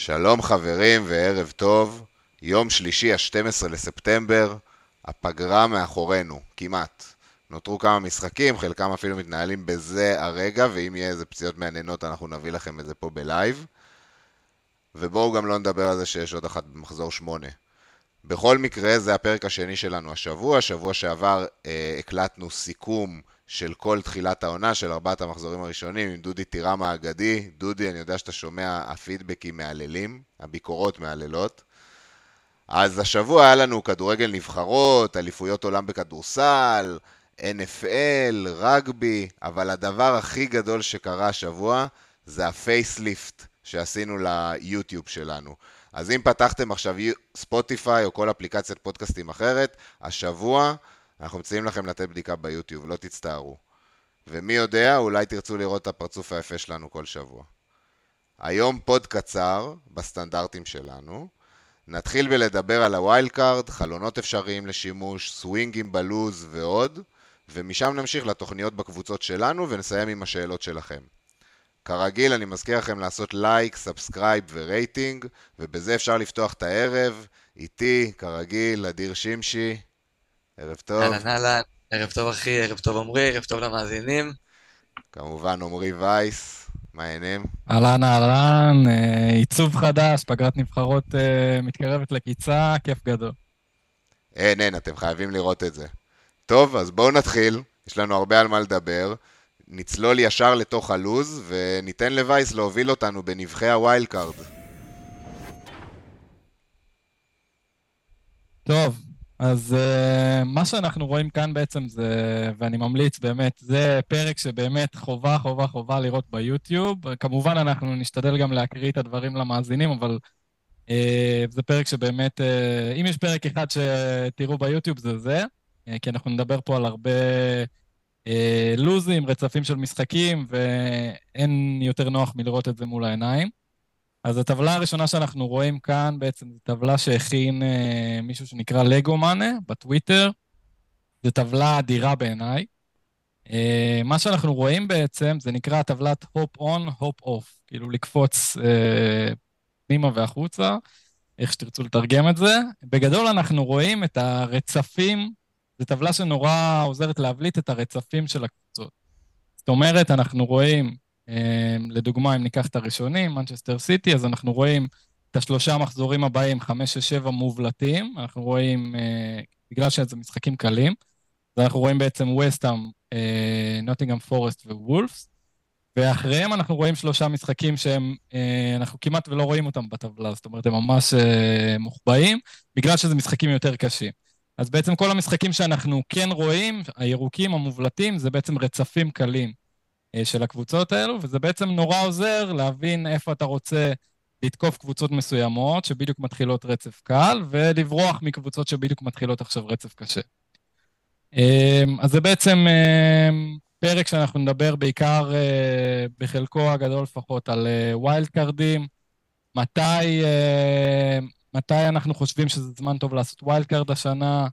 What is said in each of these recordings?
שלום חברים וערב טוב, יום שלישי ה-12 לספטמבר, הפגרה מאחורינו, כמעט. נותרו כמה משחקים, חלקם אפילו מתנהלים בזה הרגע, ואם יהיה איזה פציעות מעניינות אנחנו נביא לכם את זה פה בלייב. ובואו גם לא נדבר על זה שיש עוד אחת במחזור 8. בכל מקרה, זה הפרק השני שלנו השבוע. שבוע שעבר הקלטנו סיכום של כל תחילת העונה, של 4 המחזורים הראשונים, עם דודי טירמה האגדי. דודי, אני יודע שאתה שומע הפידבקים מהללים, הביקורות מהללות. אז השבוע היה לנו כדורגל נבחרות, אליפויות עולם בכדורסל, NFL, רגבי, אבל הדבר הכי גדול שקרה השבוע זה הפייסליפט שעשינו ליוטיוב שלנו. אז אם פתחתם עכשיו ספוטיפיי או כל אפליקציית פודקאסטים אחרת, השבוע אנחנו מציעים לכם לתת בדיקה ביוטיוב, לא תצטערו. ומי יודע, אולי תרצו לראות את הפרצוף היפה שלנו כל שבוע. היום פוד קצר בסטנדרטים שלנו. נתחיל בלדבר על הווילד קארד, חלונות אפשריים לשימוש, סווינגים בלוז ועוד, ומשם נמשיך לתוכניות בקבוצות שלנו ונסיים עם השאלות שלכם. כרגיל אני מזכיר לכם לעשות לייק, סאבסקרייב ורייטינג, ובזה אפשר לפתוח את הערב. איתי, כרגיל, אדיר שמשי. ערב טוב. אהלן אהלן, ערב טוב אחי, ערב טוב עמרי, ערב טוב למאזינים. כמובן עמרי וייס, מה העניינים? אהלן אהלן, עיצוב חדש, פגרת נבחרות מתקרבת לקיצה, כיף גדול. אין, אתם חייבים לראות את זה. טוב, אז בואו נתחיל, יש לנו הרבה על מה לדבר. נצלול ישר לתוך הלוז, וניתן לווייס להוביל אותנו בנבחי הווילד קארד. טוב, אז מה שאנחנו רואים כאן בעצם זה, ואני ממליץ באמת, זה פרק שבאמת חובה, חובה, חובה לראות ביוטיוב. כמובן אנחנו נשתדל גם להקריא את הדברים למאזינים, אבל זה פרק שבאמת, אם יש פרק אחד שתראו ביוטיוב זה זה, כי אנחנו נדבר פה על הרבה לוזים, רצפים של משחקים, ואין יותר נוח מלראות את זה מול העיניים. אז הטבלה הראשונה שאנחנו רואים כאן בעצם זו טבלה שהכין מישהו שנקרא לגו מאנה בטוויטר. זו טבלה אדירה בעיניי. מה שאנחנו רואים בעצם זה נקרא טבלת הופ און, הופ אוף, כאילו לקפוץ פנימה והחוצה, איך שתרצו לתרגם את זה. בגדול אנחנו רואים את הרצפים, זו טבלה שנורא עוזרת להבליט את הרצפים של הקבוצות. זאת אומרת, אנחנו רואים, לדוגמה, אם ניקח את הראשונים, מנצ'סטר סיטי, אז אנחנו רואים את השלושה מחזורים הבאים, 5-6 מובלטים, אנחנו רואים, בגלל שזה משחקים קלים, אז אנחנו רואים בעצם וסטהאם, נוטינגהאם פורסט ווולפס, ואחריהם אנחנו רואים שלושה משחקים שהם, אנחנו כמעט ולא רואים אותם בטבלה, זאת אומרת, הם ממש מוחבאים, בגלל שזה משחקים יותר קשים. אז בעצם כל המשחקים שאנחנו כן רואים, הירוקים, המובלטים, זה בעצם רצפים קלים של הקבוצות האלו, וזה בעצם נורא עוזר להבין איפה אתה רוצה לתקוף קבוצות מסוימות, שבדיוק מתחילות רצף קל, ולברוח מקבוצות שבדיוק מתחילות עכשיו רצף קשה. אז זה בעצם פרק שאנחנו נדבר בעיקר בחלקו הגדול לפחות על ווילד קארדים, מתי אנחנו חושבים שזה זמן טוב לעשות ווילד קארד השנה,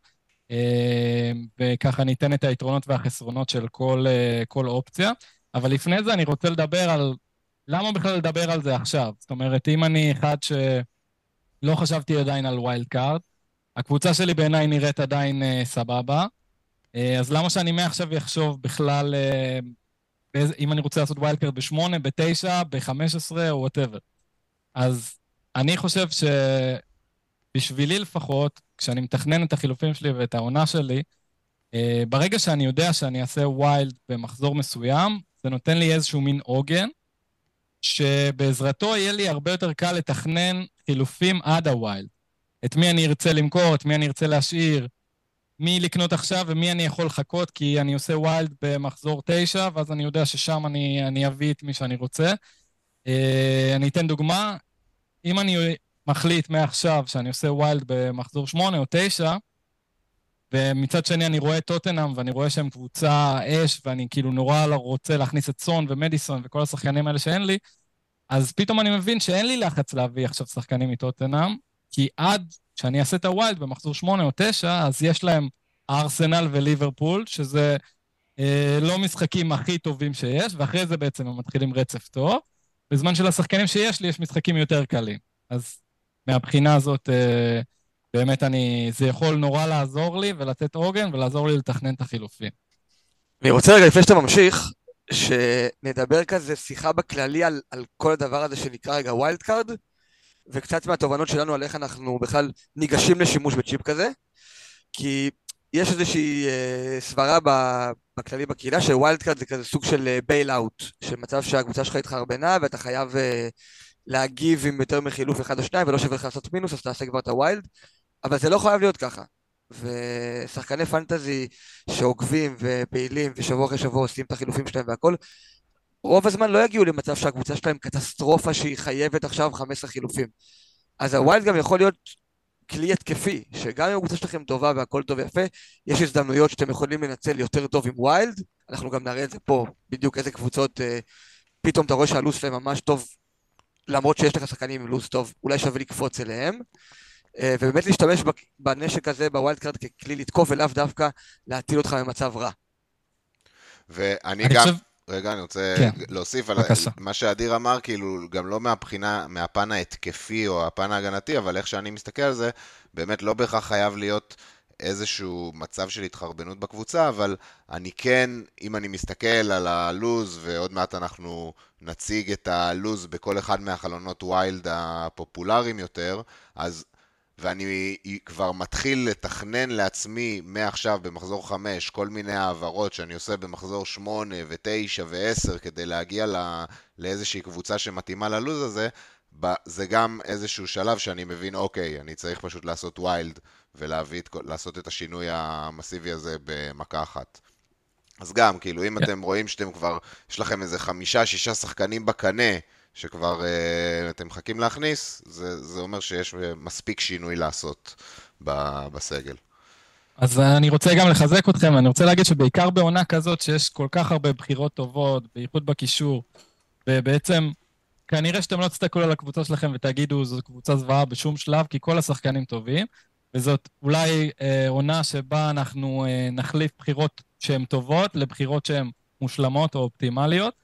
וככה ניתן את היתרונות והחסרונות של כל אופציה. אבל לפני זה אני רוצה לדבר על למה בכלל לדבר על זה עכשיו. זאת אומרת, אם אני אחד שלא חשבתי עדיין על ווילד קארד, הקבוצה שלי בעיניי נראית עדיין סבבה, אז למה שאני מעכשיו יחשוב בכלל אם אני רוצה לעשות ווילד קארד ב8, ב9, ב15 או whatever. אז אני חושב שבשבילי לפחות, כשאני מתכנן את החילופים שלי ואת העונה שלי, ברגע שאני יודע שאני אעשה ווילד במחזור מסוים, זה נותן לי איזשהו מין עוגן, שבעזרתו יהיה לי הרבה יותר קל לתכנן חילופים עד הווילד. את מי אני ארצה למכור, את מי אני ארצה להשאיר, מי לקנות עכשיו ומי אני יכול לחכות, כי אני עושה ווילד במחזור 9, ואז אני יודע ששם אני אביא את מי שאני רוצה. אני אתן דוגמה, אם אני מחליט מעכשיו שאני עושה ווילד במחזור 8 או 9, ומצד שני אני רואה טוטנהאם ואני רואה שהם קבוצה אש, ואני כאילו נורא רוצה להכניס את סון ומדיסון וכל השחקנים האלה שאין לי, אז פתאום אני מבין שאין לי לחץ להביא עכשיו שחקנים מטוטנהאם, כי עד שאני אעשה את הווילד במחזור 8 או 9, אז יש להם ארסנל וליברפול, שזה לא משחקים הכי טובים שיש, ואחרי זה בעצם הם מתחילים רצף טוב, בזמן של השחקנים שיש לי יש משחקים יותר קלים. אז מהבחינה הזאת, באמת זה יכול נורא לעזור לי ולתת עוגן ולעזור לי לתכנן את החילופים. אני רוצה רגע, לפני שאתה ממשיך, שנדבר כזה שיחה בכללי על כל הדבר הזה שנקרא רגע ווילד קארד, וקצת מהתובנות שלנו על איך אנחנו בכלל ניגשים לשימוש בצ'יפ כזה, כי יש איזושהי סברה בכללי בקהילה שווילד קארד זה כזה סוג של בייל אאוט, של מצב שהקבוצה שלך התחרבנה ואתה חייב להגיב עם יותר מחילוף אחד או שניים ולא שווה לך לעשות מינוס, אז תעשה כבר את הווילד, אבל זה לא חייב להיות ככה. ושחקני פנטזי שעוקבים ופעילים ושבוע אחרי שבוע עושים את החילופים שלהם והכל, רוב הזמן לא יגיעו למצב שהקבוצה שלהם קטסטרופה שהיא חייבת עכשיו 15 חילופים. אז הווילד גם יכול להיות כלי התקפי, שגם אם הקבוצה שלכם טובה והכל טוב ויפה, יש הזדמנויות שאתם יכולים לנצל יותר טוב עם ווילד, אנחנו גם נראה את זה פה, בדיוק איזה קבוצות, פתאום אתה רואה שהלו"ז שלהם ממש טוב, למרות שיש לך שחקנים עם לו"ז טוב, אולי שווה לקפוץ אליהם, ובאמת להשתמש בנשק הזה, בווילד קארד, ככלי לתקוף ולאו דווקא להטיל אותך במצב רע. ואני אני גם, חושב, רגע, אני רוצה כן, להוסיף על בבקשה. מה שאדיר אמר, כאילו, גם לא מהפן ההתקפי או הפן ההגנתי, אבל איך שאני מסתכל על זה, באמת לא בהכרח חייב להיות איזשהו מצב של התחרבנות בקבוצה, אבל אני כן, אם אני מסתכל על הלוז, ועוד מעט אנחנו נציג את הלוז בכל אחד מהחלונות ווילד הפופולריים יותר, אז ואני כבר מתחיל לתכנן לעצמי מעכשיו במחזור 5 כל מיני העברות שאני עושה במחזור 8 ו9 ו10 כדי להגיע לאיזושהי קבוצה שמתאימה ללוז הזה, זה גם איזשהו שלב שאני מבין, אוקיי, אני צריך פשוט לעשות ווילד ולעשות את השינוי המסיבי הזה במכה אחת. אז גם, כאילו, אם אתם רואים שאתם כבר, יש לכם איזה 5-6 שחקנים בקנה, שכבר אתם מחכים להכניס, זה אומר שיש מספיק שינוי לעשות בסגל. אז אני רוצה גם לחזק אתכם, אני רוצה להגיד שבעיקר בעונה כזאת שיש כל כך הרבה בחירות טובות, בייחוד בקישור, ובעצם כנראה שאתם לא תסתכלו על הקבוצה שלכם ותגידו זו קבוצה זוועה בשום שלב, כי כל השחקנים טובים, וזאת אולי עונה שבה אנחנו נחליף בחירות שהן טובות לבחירות שהן מושלמות או אופטימליות.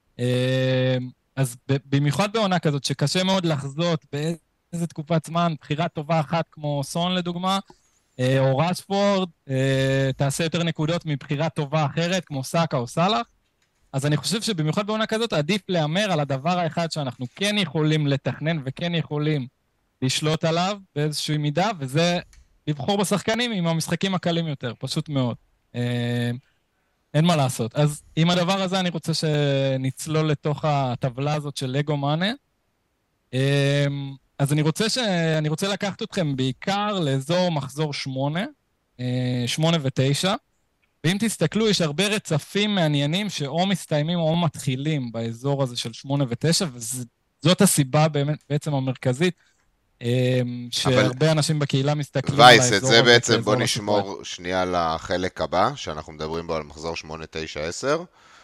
אז במיוחד בעונה כזאת שקשה מאוד לחזות באיזה תקופת זמן, בחירה טובה אחת כמו סון לדוגמה, או רשפורד, תעשה יותר נקודות מבחירה טובה אחרת כמו סאקה או סלאח. אז אני חושב שבמיוחד בעונה כזאת עדיף להמר על הדבר האחד שאנחנו כן יכולים לתכנן וכן יכולים לשלוט עליו באיזושהי מידה, וזה לבחור בשחקנים עם המשחקים הקלים יותר, פשוט מאוד. אין מה לעשות. אז עם הדבר הזה אני רוצה שנצלול לתוך הטבלה הזאת של לגו מאנה. אז אני רוצה לקחת אתכם בעיקר לאזור מחזור 8 ו-9, ואם תסתכלו, יש הרבה רצפים מעניינים שאו מסתיימים או מתחילים באזור הזה של 8 ו-9, וזאת הסיבה בעצם המרכזית, שהרבה אנשים בקהילה מסתכלים על האזור הזה. וייס, את זה בעצם בוא נשמור שנייה לחלק הבא, שאנחנו מדברים בו על מחזור 8, 9, 10.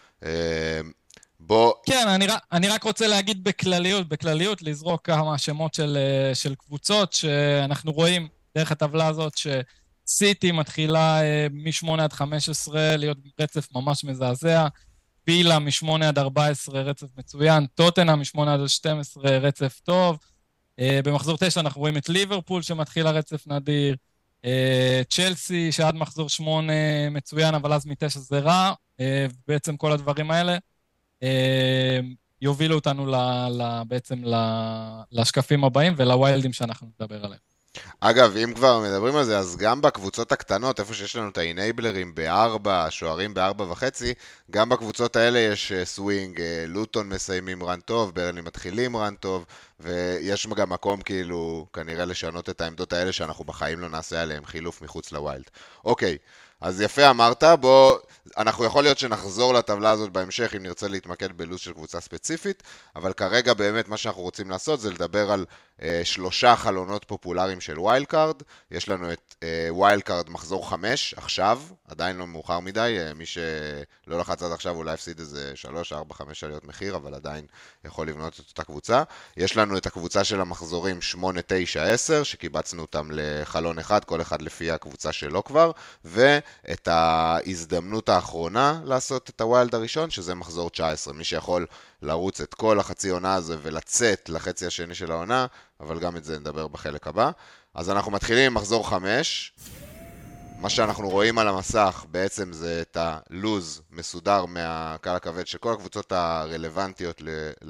כן, אני רק רוצה להגיד בכלליות, לזרוק כמה שמות של קבוצות, שאנחנו רואים דרך הטבלה הזאת, סיטי מתחילה מ-8 עד 15 להיות רצף ממש מזעזע, וילה מ-8 עד 14 רצף מצוין, טוטנה מ-8 עד 12 רצף טוב, במחזור 9 אנחנו רואים את ליברפול שמתחיל הרצף נדיר, צ'לסי שעד מחזור 8 מצוין, אבל אז מ-9 זה רע, בעצם כל הדברים האלה יובילו אותנו בעצם לשקפים הבאים ולוויילדים שאנחנו נדבר עליהם. אגב, אם כבר מדברים על זה, אז גם בקבוצות הקטנות, איפה שיש לנו את האינייבלרים ב4, השוערים ב4.5, גם בקבוצות האלה יש סווינג, לוטון מסיימים רן טוב, ברנלי מתחילים רן טוב, ויש גם מקום כאילו כנראה לשנות את העמדות האלה שאנחנו בחיים לא נעשה עליהם חילוף מחוץ לוויילד. אוקיי, אז יפה אמרת, אנחנו יכול להיות שנחזור לטבלה הזאת בהמשך אם נרצה להתמקד בלוז של קבוצה ספציפית, אבל כרגע באמת מה שאנחנו רוצים לעשות זה לדבר על 3 חלונות פופולריים של ווילד קארד. יש לנו את ווילד קארד מחזור 5 עכשיו, עדיין לא מאוחר מדי, מי שלא לחץ עד עכשיו אולי הפסיד איזה 3, 4, 5 עליות מחיר, אבל עדיין יכול לבנות את אותה קבוצה. יש לנו את הקבוצה של המחזורים 8, 9, 10, שקיבצנו אותם לחלון אחד, כל אחד לפי הקבוצה שלו כבר, ואת ההזדמנות האחרונה לעשות את הווילד הראשון, שזה מחזור 19, מי שיכול לרוץ את כל החצי עונה הזה ולצאת לחצי השני של העונה, אבל גם את זה נדבר בחלק הבא. אז אנחנו מתחילים עם מחזור 5, מה שאנחנו רואים על המסך בעצם זה את הלוז מסודר מהקהל הכבד של כל הקבוצות הרלוונטיות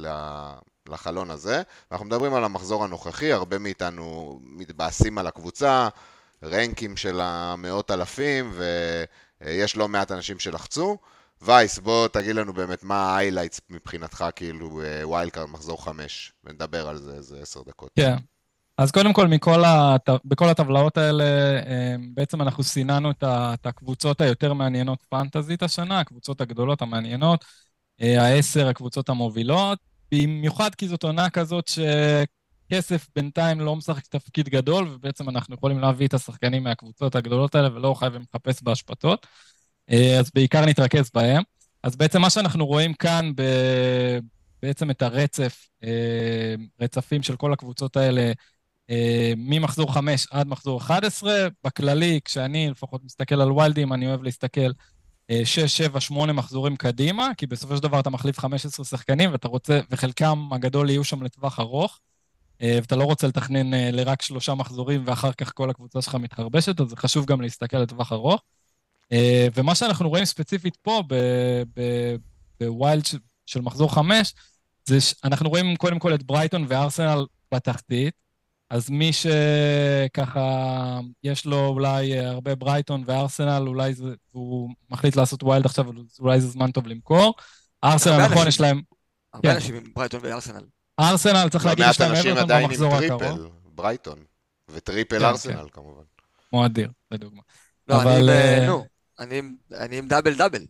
לחלון הזה. אנחנו מדברים על המחזור הנוכחי, הרבה מאיתנו מתבאסים על הקבוצה, רנקים של המאות אלפים, ויש לא מעט אנשים שלחצו. וייס, בוא תגיד לנו באמת מה ההיילייטס מבחינתך, כאילו ווילד קארד מחזור 5, ונדבר על זה איזה 10 דקות. כן. אז קודם כל, בכל הטבלאות האלה, בעצם אנחנו סיננו את הקבוצות היותר מעניינות פנטזית השנה, הקבוצות הגדולות המעניינות, ה10 הקבוצות המובילות, במיוחד כי זאת עונה כזאת שכסף בינתיים לא משחק תפקיד גדול, ובעצם אנחנו יכולים להביא את השחקנים מהקבוצות הגדולות האלה, ולא חייבים לחפש בהשפטות, אז בעיקר נתרכז בהם. אז בעצם מה שאנחנו רואים כאן, בעצם את רצפים של כל הקבוצות האלה, ממחזור 5 עד מחזור 11, בכללי, כשאני לפחות מסתכל על ווילדים, אני אוהב להסתכל 6, 7, 8 מחזורים קדימה, כי בסופו של דבר אתה מחליף 15 שחקנים, ואתה רוצה, וחלקם הגדול יהיו שם לטווח ארוך, ואתה לא רוצה לתכנן לרק 3 מחזורים, ואחר כך כל הקבוצה שלך מתחרבשת, אז זה חשוב גם להסתכל לטווח ארוך. ומה שאנחנו רואים ספציפית פה, בווילד של מחזור 5, זה שאנחנו רואים קודם כל את ברייטון וארסנל בתחתית, אז מי שככה יש לו אולי הרבה ברייטון וארסנל, אולי הוא מחליט לעשות ווילד עכשיו, אולי זה זמן טוב למכור. ארסנל, נכון, יש להם... הרבה אנשים עם ברייטון וארסנל. ארסנל, צריך להגיד, יש להם אברטון במחזור הקרוב. מעט אנשים עדיין עם טריפל ברייטון, וטריפל ארסנל כמובן. כמו אדיר, לדוגמה. לא, אני עם דאבל דאבל.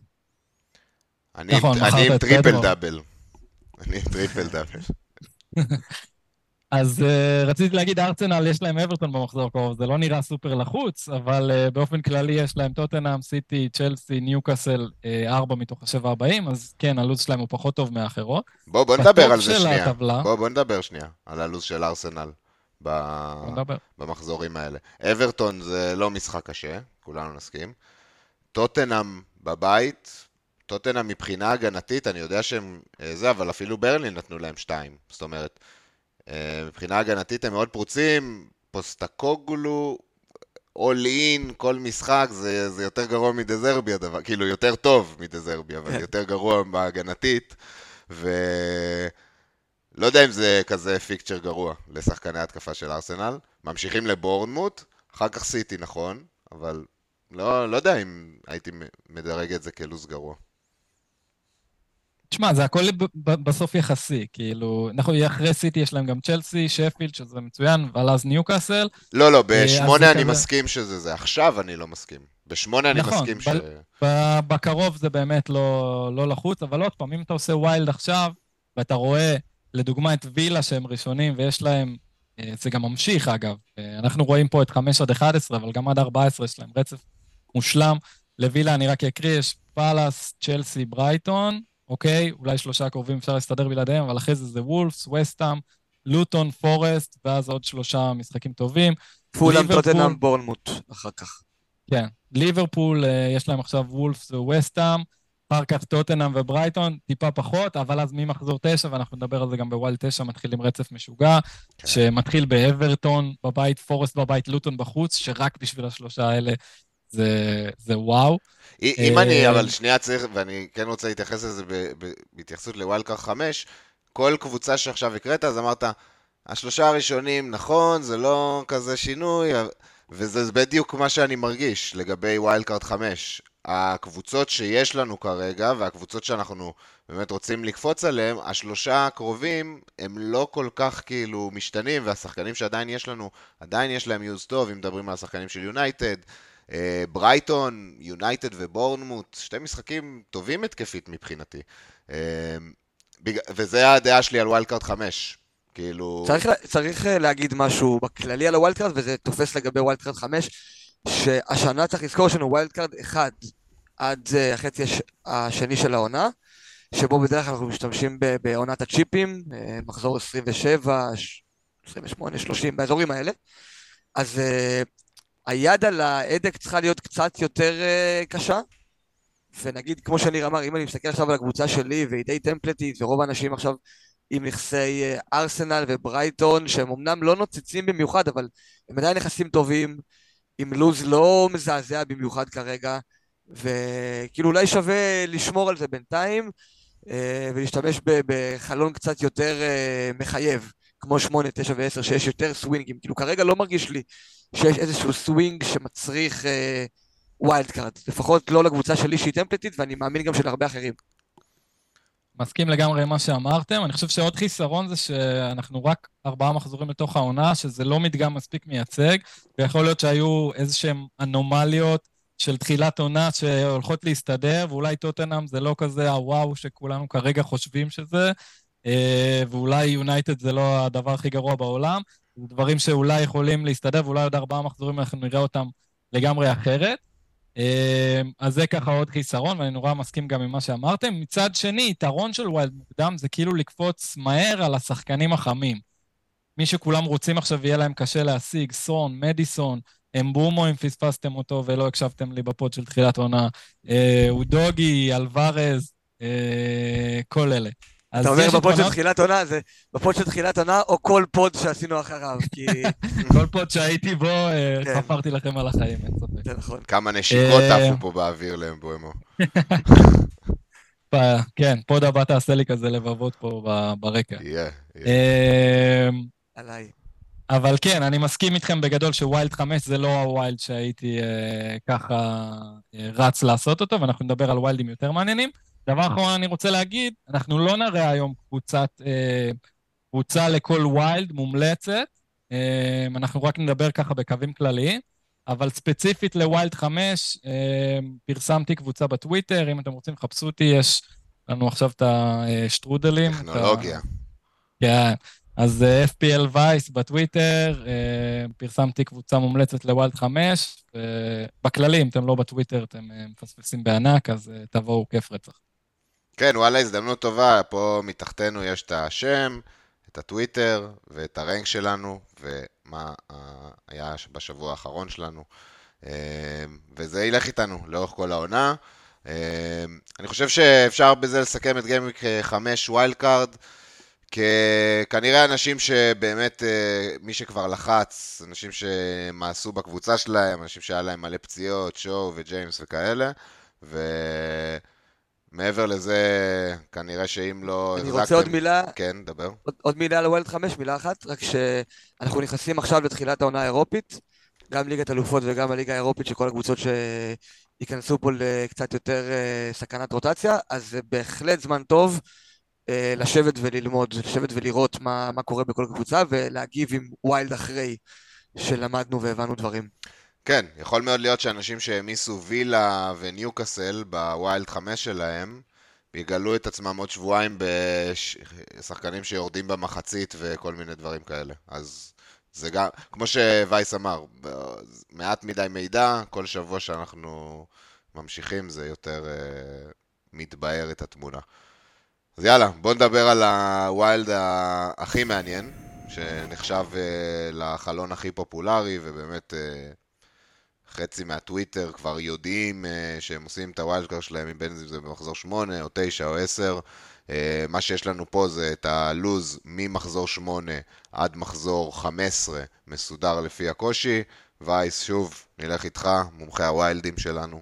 אני עם טריפל דאבל. אני עם טריפל דאבל. אז רציתי להגיד, ארסנל יש להם אברטון במחזור הקרוב, זה לא נראה סופר לחוץ, אבל באופן כללי יש להם טוטנהאם, סיטי, צ'לסי, ניוקאסל, 4 מתוך ה7 אז כן, הלו"ז שלהם הוא פחות טוב מאחרות. בוא נדבר על זה שנייה. בוא נדבר שנייה על הלו"ז של ארסנל במחזורים האלה. אברטון זה לא משחק קשה, כולנו נסכים. טוטנהאם בבית, טוטנהאם מבחינה הגנתית, אני יודע שהם זה, אבל אפילו ברלין נתנו להם 2, זאת אומרת, מבחינה הגנתית הם מאוד פרוצים, פוסטקוגלו, all in, כל משחק, זה יותר גרוע מדזרבי הדבר, כאילו יותר טוב מדזרבי, אבל יותר גרוע בהגנתית, ולא יודע אם זה כזה פיקצ'ר גרוע לשחקני התקפה של ארסנל. ממשיכים לבורנמוט, אחר כך סיטי נכון, אבל לא יודע אם הייתי מדרג את זה כלוז גרוע. תשמע, זה הכל בסוף יחסי, כאילו, אנחנו אחרי סיטי יש להם גם צ'לסי, שפילד, שזה מצוין, אבל אז ניוקאסל. לא, ב8 אני מסכים שזה זה, עכשיו אני לא מסכים. ב8 אני מסכים ש... בקרוב זה באמת לא לחוץ, אבל עוד פעם, אם אתה עושה ווילד עכשיו, ואתה רואה, לדוגמה, את וילה שהם ראשונים, ויש להם, זה גם ממשיך אגב, אנחנו רואים פה את 5 עד 11, אבל גם עד 14 יש להם רצף מושלם. לווילה אני רק אקריא, יש פאלאס, צ'לסי, ברייטון, אוקיי, אולי 3 הקרובים אפשר להסתדר בלעדיהם, אבל אחרי זה וולפס, וסטהאם, לוטון, פורסט, ואז עוד 3 משחקים טובים. פולהאם, טוטנהאם, בורנמוט, אחר כך. כן, ליברפול, יש להם עכשיו וולפס וווסטהאם, אחר כך טוטנהאם וברייטון, טיפה פחות, אבל אז ממחזור 9, ואנחנו נדבר על זה גם בווילד 9, מתחילים רצף משוגע, שמתחיל באברטון בבית, פורסט בבית, לוטון בחוץ, שרק בשביל ה3 האלה זה וואו. אם אני, אבל שנייה צריך, ואני כן רוצה להתייחס לזה בהתייחסות לווילד קארד 5, כל קבוצה שעכשיו הקראת, אז אמרת, 3 הראשונים, נכון, זה לא כזה שינוי, וזה בדיוק מה שאני מרגיש לגבי ווילד קארד 5. הקבוצות שיש לנו כרגע, והקבוצות שאנחנו באמת רוצים לקפוץ עליהם, 3 הקרובים הם לא כל כך כאילו משתנים, והשחקנים שעדיין יש לנו, עדיין יש להם יוז טוב, אם מדברים על השחקנים של יונייטד, ברייטון, יונייטד ובורנמוט, 2 משחקים טובים התקפית מבחינתי. וזה הדעה שלי על ווילד קארד 5. כאילו... צריך להגיד משהו בכללי על הווילד קארד, וזה תופס לגבי ווילד קארד 5. שהשנה צריך לזכור שיש לנו ווילד קארד אחד עד החצי השני של העונה, שבו בדרך כלל אנחנו משתמשים בעונת הצ'יפים, מחזור 27, 28, 30, באזורים האלה. אז היד על ההדק צריכה להיות קצת יותר קשה, ונגיד, כמו שניר אמר, אם אני מסתכל עכשיו על הקבוצה שלי, והיא די טמפלטית, ורוב האנשים עכשיו עם נכסי ארסנל וברייטון, שהם אמנם לא נוצצים במיוחד, אבל הם עדיין נכסים טובים, עם לוז לא מזעזע במיוחד כרגע, וכאילו אולי שווה לשמור על זה בינתיים, ולהשתמש בחלון קצת יותר מחייב, כמו 8, 9 ו-10, שיש יותר סווינגים. כאילו כרגע לא מרגיש לי שיש איזשהו סווינג שמצריך ווילד קארד, לפחות לא לקבוצה שלי שהיא טמפלטית, ואני מאמין גם של הרבה אחרים. מסכים לגמרי עם מה שאמרתם. אני חושב שעוד חיסרון זה שאנחנו רק 4 מחזורים לתוך העונה, שזה לא מדגם מספיק מייצג, ויכול להיות שהיו איזשהם אנומליות של תחילת עונה שהולכות להסתדר, ואולי טוטנהאם זה לא כזה הוואו שכולנו כרגע חושבים שזה, ואולי יונייטד זה לא הדבר הכי גרוע בעולם, זה דברים שאולי יכולים להסתדר, ואולי עוד 4 מחזורים אנחנו נראה אותם לגמרי אחרת. אז זה ככה עוד חיסרון, ואני נורא מסכים גם עם מה שאמרתם. מצד שני, יתרון של ווילד מוקדם זה כאילו לקפוץ מהר על השחקנים החמים. מי שכולם רוצים עכשיו יהיה להם קשה להשיג, סון, מדיסון, אמבומו אם פספסתם אותו ולא הקשבתם לי בפוד של תחילת עונה, אודוגי, אלוורז, כל אלה. אתה אומר בפוד של תחילת עונה, זה בפוד של תחילת עונה, או כל פוד שעשינו אחריו, כי... כל פוד שהייתי בו, חפרתי לכם על החיים, אין ספק. זה נכון. כמה נשיקות עפו פה באוויר לאמבומו. כן, פוד הבא תעשה לי כזה לבבות פה ברקע. עליי. אבל כן, אני מסכים איתכם בגדול שווילד 5 זה לא הווילד שהייתי ככה רץ לעשות אותו, ואנחנו נדבר על ווילדים יותר מעניינים. דבר אחרון אני רוצה להגיד, אנחנו לא נראה היום קבוצה לכל ווילד מומלצת, אנחנו רק נדבר ככה בקווים כלליים, אבל ספציפית לווילד 5, פרסמתי קבוצה בטוויטר, אם אתם רוצים חפשו אותי, יש לנו עכשיו את השטרודלים. טכנולוגיה. כן, אז FPL וייס בטוויטר, פרסמתי קבוצה מומלצת לווילד 5, בכללים, אתם לא בטוויטר, אתם מפספסים בענק, אז תבואו כיף רצח. כן, וואלה, הזדמנות טובה, פה מתחתנו יש את השם, את הטוויטר ואת הרנק שלנו, ומה היה בשבוע האחרון שלנו, וזה ילך איתנו לאורך כל העונה. אני חושב שאפשר בזה לסכם את גיימוויק 5 ווילד קארד, כנראה אנשים שבאמת, מי שכבר לחץ, אנשים שמעשו בקבוצה שלהם, אנשים שהיה להם מלא פציעות, שואו וג'יימס וכאלה, מעבר לזה, כנראה שאם לא... אני רוצה עוד מילה... כן, דבר. עוד מילה על ווילד 5, מילה אחת, רק שאנחנו נכנסים עכשיו לתחילת העונה האירופית, גם ליגת אלופות וגם הליגה האירופית, שכל הקבוצות שייכנסו פה לקצת יותר סכנת רוטציה, אז זה בהחלט זמן טוב לשבת וללמוד, לשבת ולראות מה קורה בכל קבוצה, ולהגיב עם ווילד אחרי שלמדנו והבנו דברים. כן, יכול מאוד להיות שאנשים שהמיסו וילה וניוקאסל בווילד 5 שלהם, יגלו את עצמם עוד שבועיים בשחקנים שיורדים במחצית וכל מיני דברים כאלה. אז זה גם, כמו שווייס אמר, מעט מדי מידע, כל שבוע שאנחנו ממשיכים זה יותר מתבהר את התמונה. אז יאללה, בוא נדבר על הווילד הכי מעניין, שנחשב לחלון הכי פופולרי, ובאמת חצי מהטוויטר כבר יודעים שהם עושים את הווילד קארד שלהם, בין אם זה במחזור 8 או 9 או 10. מה שיש לנו פה זה את הלוז ממחזור 8 עד מחזור 15, מסודר לפי הקושי. וייס, שוב, נלך איתך, מומחי הווילדים שלנו.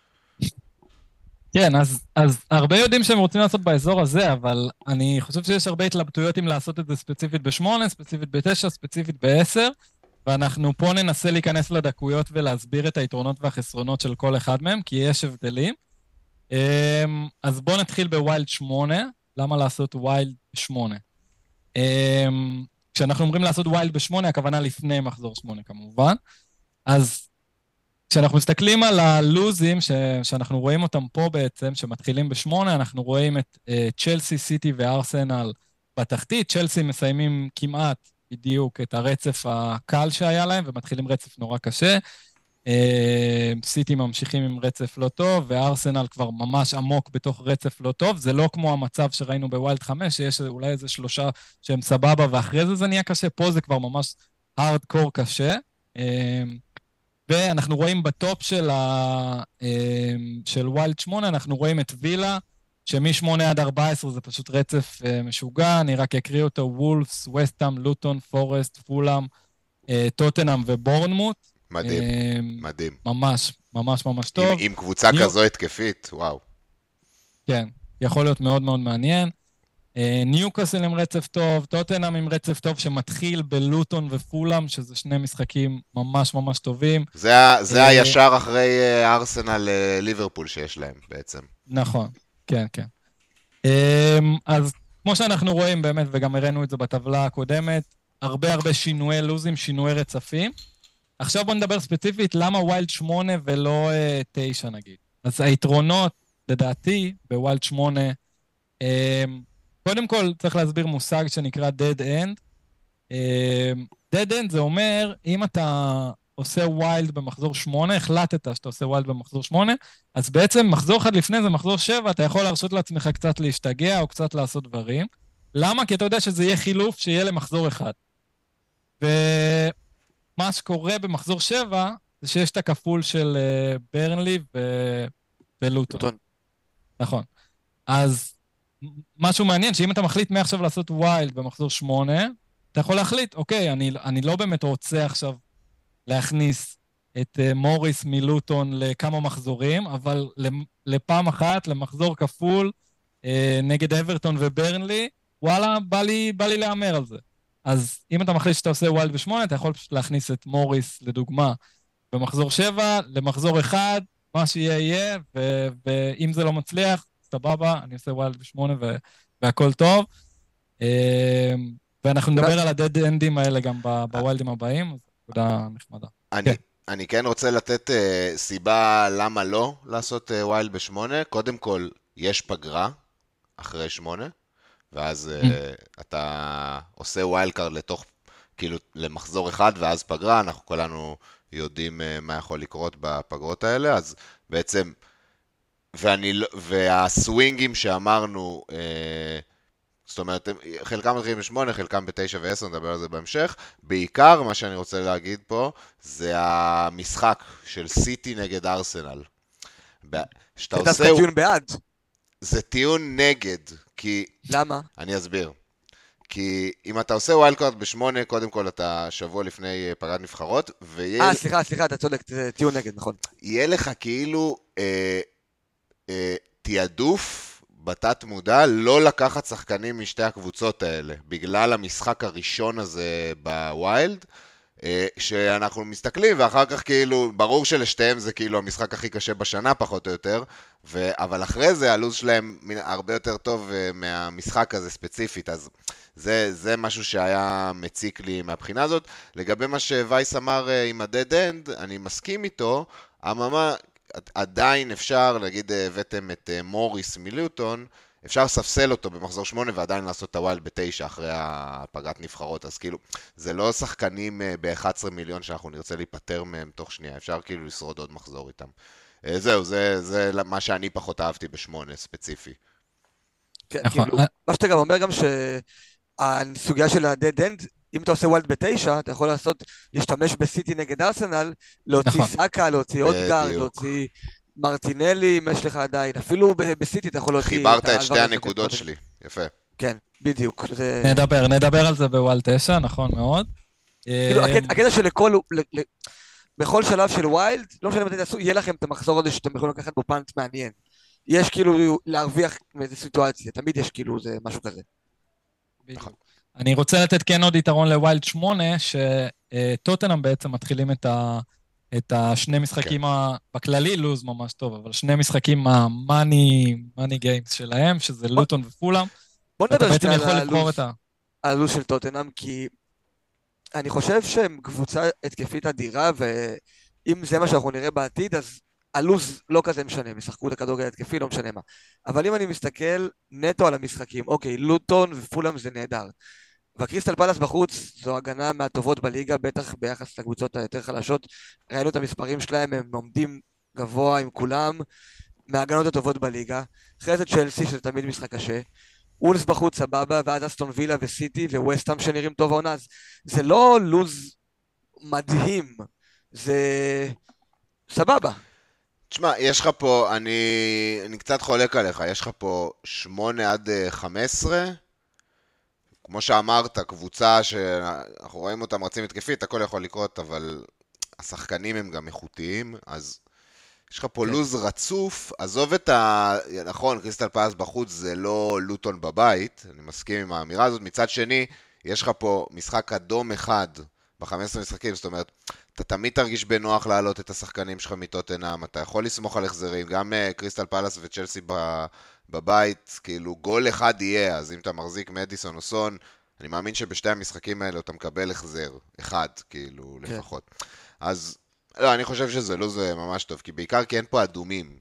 כן, אז הרבה יודעים שהם רוצים לעשות באזור הזה, אבל אני חושב שיש הרבה התלבטויות אם לעשות את זה ספציפית ב8, ספציפית ב9, ספציפית ב10, ואנחנו פה ננסה להיכנס לדקויות ולהסביר את היתרונות והחסרונות של כל אחד מהם, כי יש הבדלים. אז בואו נתחיל בווילד 8, למה לעשות ווילד 8? כשאנחנו אומרים לעשות ווילד ב8, הכוונה לפני מחזור 8 כמובן, אז כשאנחנו מסתכלים על הלוזים שאנחנו רואים אותם פה בעצם, שמתחילים ב8, אנחנו רואים את צ'לסי, סיטי וארסנל בתחתית. צ'לסי מסיימים כמעט בדיוק את הרצף הקל שהיה להם, ומתחילים רצף נורא קשה. סיטי ממשיכים עם רצף לא טוב, וארסנל כבר ממש עמוק בתוך רצף לא טוב. זה לא כמו המצב שראינו בווילד 5, שיש אולי איזה 3 שהם סבבה, ואחרי זה נהיה קשה. פה זה כבר ממש הארדקור קשה. ואנחנו רואים בטופ של ווילד 8, אנחנו רואים את וילה, שמ-8 עד 14 זה פשוט רצף משוגע. אני רק אקריא אותו: וולפס, וסטהאם, לוטון, פורסט, פולאם, טוטנהאם ובורנמוט. מדהים, מדהים. ממש, ממש ממש טוב. עם קבוצה כזו התקפית, וואו. כן, יכול להיות מאוד מאוד מעניין. ניוקאסל עם רצף טוב, טוטנהאם עם רצף טוב שמתחיל בלוטון ופולאם, שזה שני משחקים ממש ממש טובים. זה הישר אחרי ארסנל ליברפול שיש להם בעצם. נכון, כן, כן. אז כמו שאנחנו רואים באמת, וגם הראינו את זה בטבלה הקודמת, הרבה שינויי לוזים, שינויי רצפים. עכשיו בוא נדבר ספציפית למה ווילד 8 ולא 9 נגיד. אז היתרונות, לדעתי, בווילד 8, קודם כל צריך להסביר מושג שנקרא dead end. dead end זה אומר, אם אתה עושה ווילד במחזור 8, החלטת שאתה עושה ווילד במחזור 8, אז בעצם מחזור אחד לפני זה מחזור 7, אתה יכול להרשות לעצמך קצת להשתגע או קצת לעשות דברים. למה? כי אתה יודע שזה יהיה חילוף שיהיה למחזור אחד. ומה שקורה במחזור 7, זה שיש את הכפול של ברנלי ולוטון. נכון. אז משהו מעניין, שאם אתה מחליט מעכשיו לעשות ווילד במחזור 8, אתה יכול להחליט, אוקיי, אני לא באמת רוצה עכשיו להכניס את מוריס מלוטון לכמה מחזורים, אבל לפעם אחת, למחזור כפול, נגד אברטון וברנלי, וואלה, בא לי להאמר על זה. אז אם אתה מחליט שאתה עושה ווילד ב8, אתה יכול פשוט להכניס את מוריס, לדוגמה, במחזור 7, למחזור 1, מה שיהיה יהיה, ואם זה לא מצליח, סבבה, אני עושה ווילד ב8 והכל טוב. ואנחנו נדבר על הדד אנדים האלה גם בווילדים הבאים, אז תודה נחמדה. אני כן רוצה לתת סיבה למה לא לעשות ווילד ב8. קודם כל, יש פגרה אחרי 8, ואז אתה עושה ווילד קארד לתוך, כאילו, למחזור אחד, ואז פגרה. אנחנו כולנו יודעים מה יכול לקרות בפגרות האלה, אז בעצם... והסווינגים שאמרנו, זאת אומרת, חלקם מתחילים ב8, חלקם ב9 ו10, נדבר על זה בהמשך. בעיקר מה שאני רוצה להגיד פה, זה המשחק של סיטי נגד ארסנל. זה דווקא טיעון בעד. זה טיעון נגד, כי... למה? אני אסביר. כי אם אתה עושה ווילד קארד ב8, קודם כל אתה שבוע לפני פגרת נבחרות, סליחה, אתה צודק, זה טיעון נגד, נכון. יהיה לך כאילו... תיעדוף בתת מודע לא לקחת שחקנים משתי הקבוצות האלה, בגלל המשחק הראשון הזה בווילד, שאנחנו מסתכלים, ואחר כך כאילו, ברור שלשתיהם זה כאילו המשחק הכי קשה בשנה, פחות או יותר, אבל אחרי זה הלוז שלהם הרבה יותר טוב מהמשחק הזה ספציפית, אז זה משהו שהיה מציק לי מהבחינה הזאת. לגבי מה שווייס אמר עם ה-dead end, אני מסכים איתו, אממה, עדיין אפשר, נגיד הבאתם את מוריס מלוטון, אפשר לספסל אותו במחזור 8 ועדיין לעשות את הווילד ב9 אחרי הפגרת נבחרות, אז כאילו, זה לא שחקנים ב-11 מיליון שאנחנו נרצה להיפטר מהם תוך שנייה, אפשר כאילו לשרוד עוד מחזור איתם. זהו, זה מה שאני פחות אהבתי ב8 ספציפי. כן, כאילו, מה שאתה גם אומר גם שהסוגיה של ה-dead end, אם אתה עושה ווילד ב9, אתה יכול להשתמש בסיטי נגד ארסנל, להוציא סאקה, להוציא אודגארד, להוציא מרטינלי, אם יש לך עדיין. אפילו בסיטי אתה יכול להוציא... חיברת את שתי הנקודות שלי, יפה. כן, בדיוק. נדבר על זה בווילד 9, נכון מאוד. כאילו, הקטע שלכל... בכל שלב של ווילד, לא משנה מתי תעשו, יהיה לכם את המחזור הזה שאתם יכולים לקחת בו פאנט מעניין. יש כאילו להרוויח מאיזו סיטואציה, תמיד יש כאילו זה משהו כזה. בדיוק. אני רוצה לתת כן עוד יתרון לווילד 8, שטוטנהאם בעצם מתחילים את השני משחקים בכללי, לוז ממש טוב, אבל שני משחקים המאני גיימס שלהם, שזה לוטון ופולאם. בוא נדבר שנייה על הלוז של טוטנהאם, כי אני חושב שהם קבוצה התקפית אדירה, ואם זה מה שאנחנו נראה בעתיד, אז הלוז לא כזה משנה, הם ישחקו את הכדורגל התקפי, לא משנה מה. אבל אם אני מסתכל נטו על המשחקים, אוקיי, לוטון ופולאם זה נהדר. והקריסטל פלאס בחוץ זו הגנה מהטובות בליגה, בטח ביחס לקבוצות היותר חלשות. ראינו את המספרים שלהם, הם עומדים גבוה עם כולם, מההגנות הטובות בליגה. אחרי זה צ'לסי, שזה תמיד משחק קשה. וולס בחוץ סבבה, ואז אסטון וילה וסיטי וווסטהאם שנראים טוב העונה. אז זה לא לוז מדהים, זה סבבה. תשמע, יש לך פה, אני קצת חולק עליך, יש לך פה 8 עד 15, כמו שאמרת, קבוצה שאנחנו רואים אותם רצים התקפית, הכל יכול לקרות, אבל השחקנים הם גם איכותיים, אז יש לך פה כן. לוז רצוף, עזוב נכון, קריסטל פלאס בחוץ זה לא לוטון בבית, אני מסכים עם האמירה הזאת, מצד שני, יש לך פה משחק אדום אחד ב-15 משחקים, זאת אומרת, אתה תמיד תרגיש בנוח להעלות את השחקנים שלך מטוטנהאם, אתה יכול לסמוך על החזרים, גם קריסטל פלאס וצ'לסי בבית, כאילו גול אחד יהיה, אז אם אתה מחזיק מדיסון או סון, אני מאמין שבשתי המשחקים האלה אתה מקבל החזר, אחד, כאילו, כן. לפחות. אז לא, אני חושב שזה לא זה ממש טוב, כי בעיקר כי אין פה אדומים.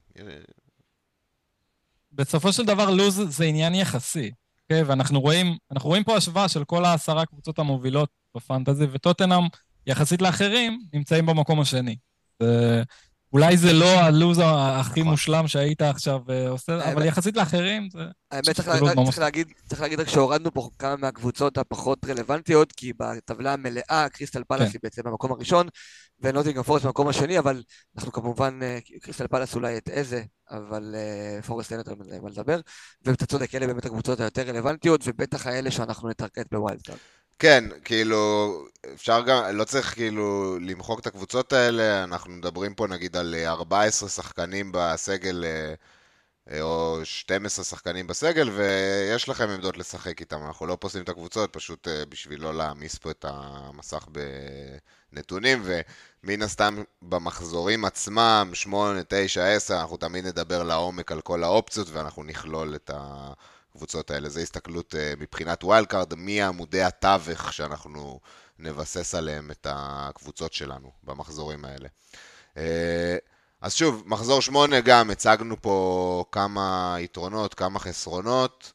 בסופו של דבר לוז זה עניין יחסי, okay? ואנחנו רואים פה השוואה של כל 10 קבוצות המובילות בפנטזי, וטוטנהאם יחסית לאחרים נמצאים במקום השני. אולי זה לא הלוז הכי מושלם שהיית עכשיו עושה, אבל יחסית לאחרים זה... האמת, צריך להגיד רק שהורדנו פה כמה מהקבוצות הפחות רלוונטיות, כי בטבלה המלאה קריסטל פלאס היא בעצם במקום הראשון, ונוטינגהאם פורסט במקום השני, אבל אנחנו כמובן, קריסטל פלאס אולי את איזה, אבל פורסט אין יותר מדי מה לדבר, ואתה צודק, אלה באמת הקבוצות היותר רלוונטיות, ובטח האלה שאנחנו נתרקט בווילד קארד. כן, כאילו, אפשר גם, לא צריך כאילו למחוק את הקבוצות האלה, אנחנו מדברים פה נגיד על 14 שחקנים בסגל, או 12 שחקנים בסגל, ויש לכם עמדות לשחק איתם, אנחנו לא פוסלים את הקבוצות, פשוט בשביל לא להעמיס פה את המסך בנתונים, ומן הסתם במחזורים עצמם, 8, 9, 10, אנחנו תמיד נדבר לעומק על כל האופציות, ואנחנו נכלול את הקבוצות האלה. זו הסתכלות מבחינת ווילד קארד, מי עמודי התווך שאנחנו נבסס עליהם את הקבוצות שלנו במחזורים האלה. אז שוב, מחזור 8 גם, הצגנו פה כמה יתרונות, כמה חסרונות.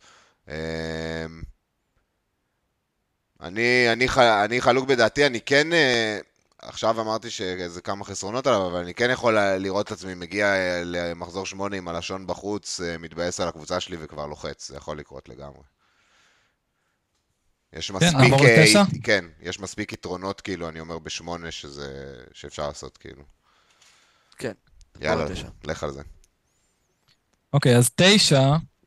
אני חלוק בדעתי, אני כן, עכשיו אמרתי שזה כמה חסרונות עליו, אבל אני כן יכול לראות את עצמי מגיע למחזור 8 עם הלשון בחוץ, מתבאס על הקבוצה שלי וכבר לוחץ, זה יכול לקרות לגמרי. יש מספיק, כן, יש מספיק יתרונות כאילו, אני אומר ב8 שאפשר לעשות כאילו. כן. יאללה, לך על זה. אוקיי, אז 9,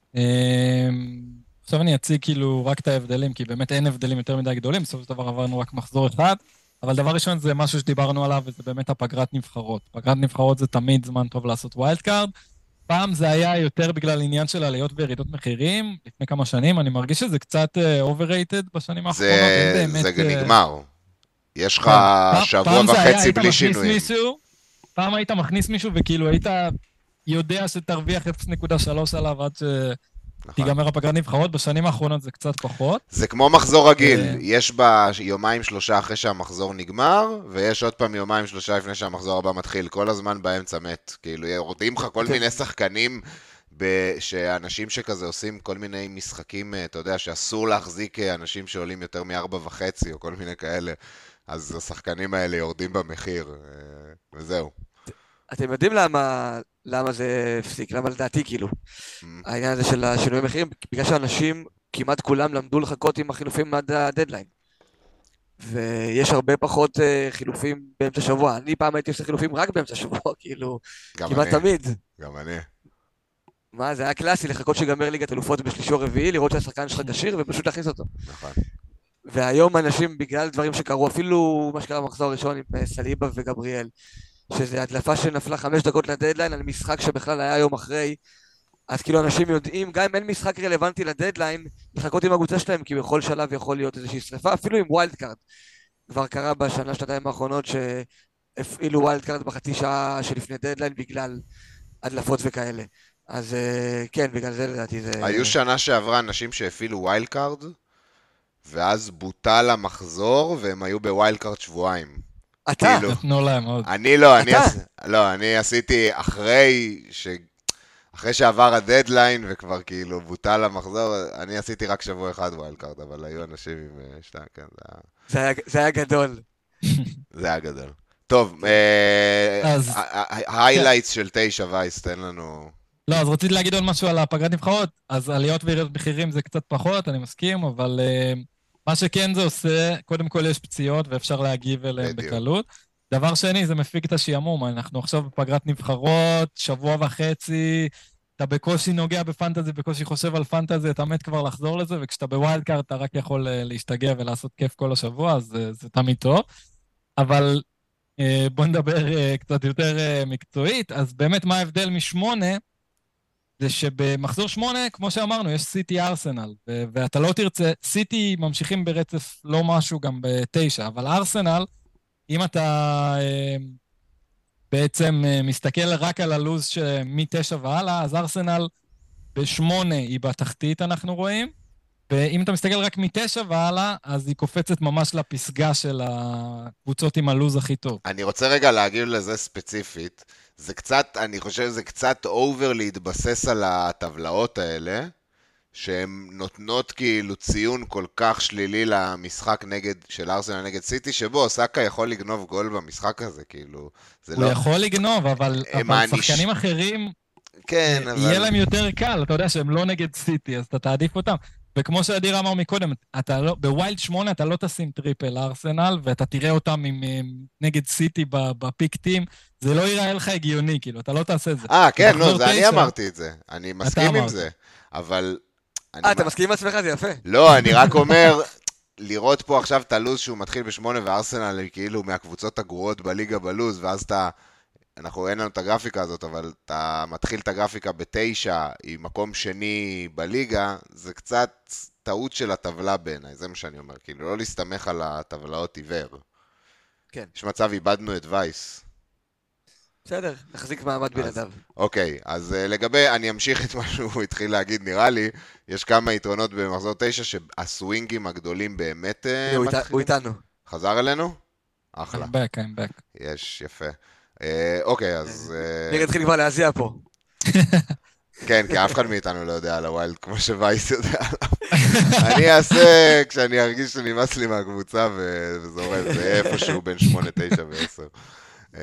עכשיו אני אציג כאילו רק את ההבדלים, כי באמת אין הבדלים יותר מדי גדולים, בסוף של דבר עברנו רק מחזור אחד, אבל דבר ראשון זה משהו שדיברנו עליו, וזה באמת הפגרת נבחרות. פגרת נבחרות זה תמיד זמן טוב לעשות ווילד קארד. פעם זה היה יותר בגלל עניין של עליות וירידות מחירים, לפני כמה שנים, אני מרגיש שזה קצת overrated בשנים האחרונות. זה נגמר. יש לך שבוע וחצי בלי שינויים. פעם היית מכניס מישהו וכאילו היית יודע שתרוויח 0.3 עליו עד שתיגמר הפגרת נבחרות, בשנים האחרונות זה קצת פחות. זה כמו מחזור רגיל, יש בה יומיים שלושה אחרי שהמחזור נגמר, ויש עוד פעם יומיים שלושה לפני שהמחזור הבא מתחיל, כל הזמן באמצע מת, כאילו יורדים לך כל מיני שחקנים, שאנשים שכזה עושים כל מיני משחקים, אתה יודע, שאסור להחזיק אנשים שעולים יותר מ4.5 או כל מיני כאלה, אז השחקנים האלה יורדים במחיר, וזהו. אתם יודעים למה זה הפסיק? למה לדעתי כאילו? העניין הזה של השינוי מחירים, בגלל שאנשים כמעט כולם למדו לחכות עם החילופים עד הדדליין. ויש הרבה פחות חילופים באמצע שבוע. אני פעם הייתי עושה חילופים רק באמצע שבוע, כאילו, כמעט תמיד. גם אני. מה, זה היה קלאסי לחכות שיגמר ליגת אלופות בשלישי או רביעי, לראות שהשחקן שלך כשיר ופשוט להכניס אותו. נכון. והיום אנשים, בגלל דברים שקרו, אפילו מה שקרה במחזור הראשון עם סליבה וגבריאל, שזה הדלפה שנפלה 5 דקות לדדליין על משחק שבכלל היה יום אחרי, אז כאילו אנשים יודעים, גם אם אין משחק רלוונטי לדדליין, לחכות עם הקבוצה שלהם, כי בכל שלב יכול להיות איזושהי שריפה, אפילו עם ווילד קארד. כבר קרה בשנה, שנתיים האחרונות, שהפעילו ווילד קארד בחצי שעה שלפני דדליין, בגלל הדלפות וכאלה. אז כן, בגלל זה לדעתי זה... היו שנה שעברה אנשים שהפעילו ווילד קארד, ואז בוטל המחזור, והם היו בווילד קארד שבועיים. אתה? נתנו להם עוד. אני עשיתי אחרי אחרי שעבר הדדליין וכבר כאילו בוטל המחזור, אני עשיתי רק שבוע אחד ווילד קארד, אבל היו אנשים עם שתיים, כן, זה היה גדול. זה היה גדול. טוב, אז- ההיילייטס של 9 וייס, תן לנו... לא, אז רציתי להגיד עוד משהו על הפגרת נבחרות. אז עליות וירידות מחירים זה קצת פחות, אני מסכים, אבל מה שכן זה עושה, קודם כל יש פציעות ואפשר להגיב אליהם בדיוק. בקלות. דבר שני, זה מפיק את השעמום. אנחנו עכשיו בפגרת נבחרות, שבוע וחצי, אתה בקושי נוגע בפנטזי, בקושי חושב על פנטזי, אתה מת כבר לחזור לזה, וכשאתה בווילד קארד אתה רק יכול להשתגע ולעשות כיף כל השבוע, אז זה תמיד טוב. אבל בוא נדבר קצת יותר מקצועית. אז באמת מה ההבדל משמונה? זה שבמחזור 8, כמו שאמרנו, יש סיטי ארסנל, ואתה לא תרצה, סיטי ממשיכים ברצף לא משהו גם ב9, אבל ארסנל, אם אתה בעצם מסתכל רק על הלוז מ9 והלאה, אז ארסנל ב8 היא בתחתית, אנחנו רואים, ואם אתה מסתכל רק מ9 והלאה, אז היא קופצת ממש לפסגה של הקבוצות עם הלוז הכי טוב. אני רוצה רגע להגיב לזה ספציפית. זה קצת, אני חושב שזה קצת אובר להתבסס על הטבלאות האלה, שהן נותנות כאילו ציון כל כך שלילי למשחק של ארסנל נגד סיטי, שבו סאקה יכול לגנוב גול במשחק הזה, כאילו, זה הוא לא... יכול לגנוב, אבל מעניש- שחקנים אחרים, כן, אבל... יהיה להם יותר קל, אתה יודע שהם לא נגד סיטי, אז אתה תעדיף אותם. וכמו שאדיר אמר מקודם, בווילד 8 אתה לא תשים טריפל ארסנל, ואתה תראה אותם נגד סיטי בפיק טים, זה לא ייראה לך הגיוני, כאילו, אתה לא תעשה את זה. כן, לא, במחזור זה אני 9, אמרתי את זה. אני מסכים עם אמרת. זה, אבל... אתה מסכים עם עצמך? זה יפה. לא, אני רק אומר, לראות פה עכשיו את הלוז שהוא מתחיל ב8 וארסנל היא כאילו מהקבוצות הגרועות בליגה בלוז, ואז אין לנו את הגרפיקה הזאת, אבל אתה מתחיל את הגרפיקה ב9 עם מקום שני בליגה, זה קצת טעות של הטבלה בעיניי, זה מה שאני אומר, כאילו לא להסתמך על הטבלאות עיוור. כן. יש מצב, איבדנו את וייס. בסדר, נחזיק מעמד בלעדיו. אוקיי, אז לגבי, אני אמשיך את מה שהוא התחיל להגיד, נראה לי, יש כמה יתרונות במחזור 9 שהסווינגים הגדולים באמת הוא איתנו. חזר אלינו? אחלה. I'm back. יש, יפה. אוקיי, אז... נראה התחיל כבר להזיע פה. כן, כי אף אחד מאיתנו לא יודע על הווילד, כמו שווייס יודע עליו. אני אעשה כשאני ארגיש שנמאס לי מהקבוצה וזורם, זה איפשהו בין 8, 9 ו10.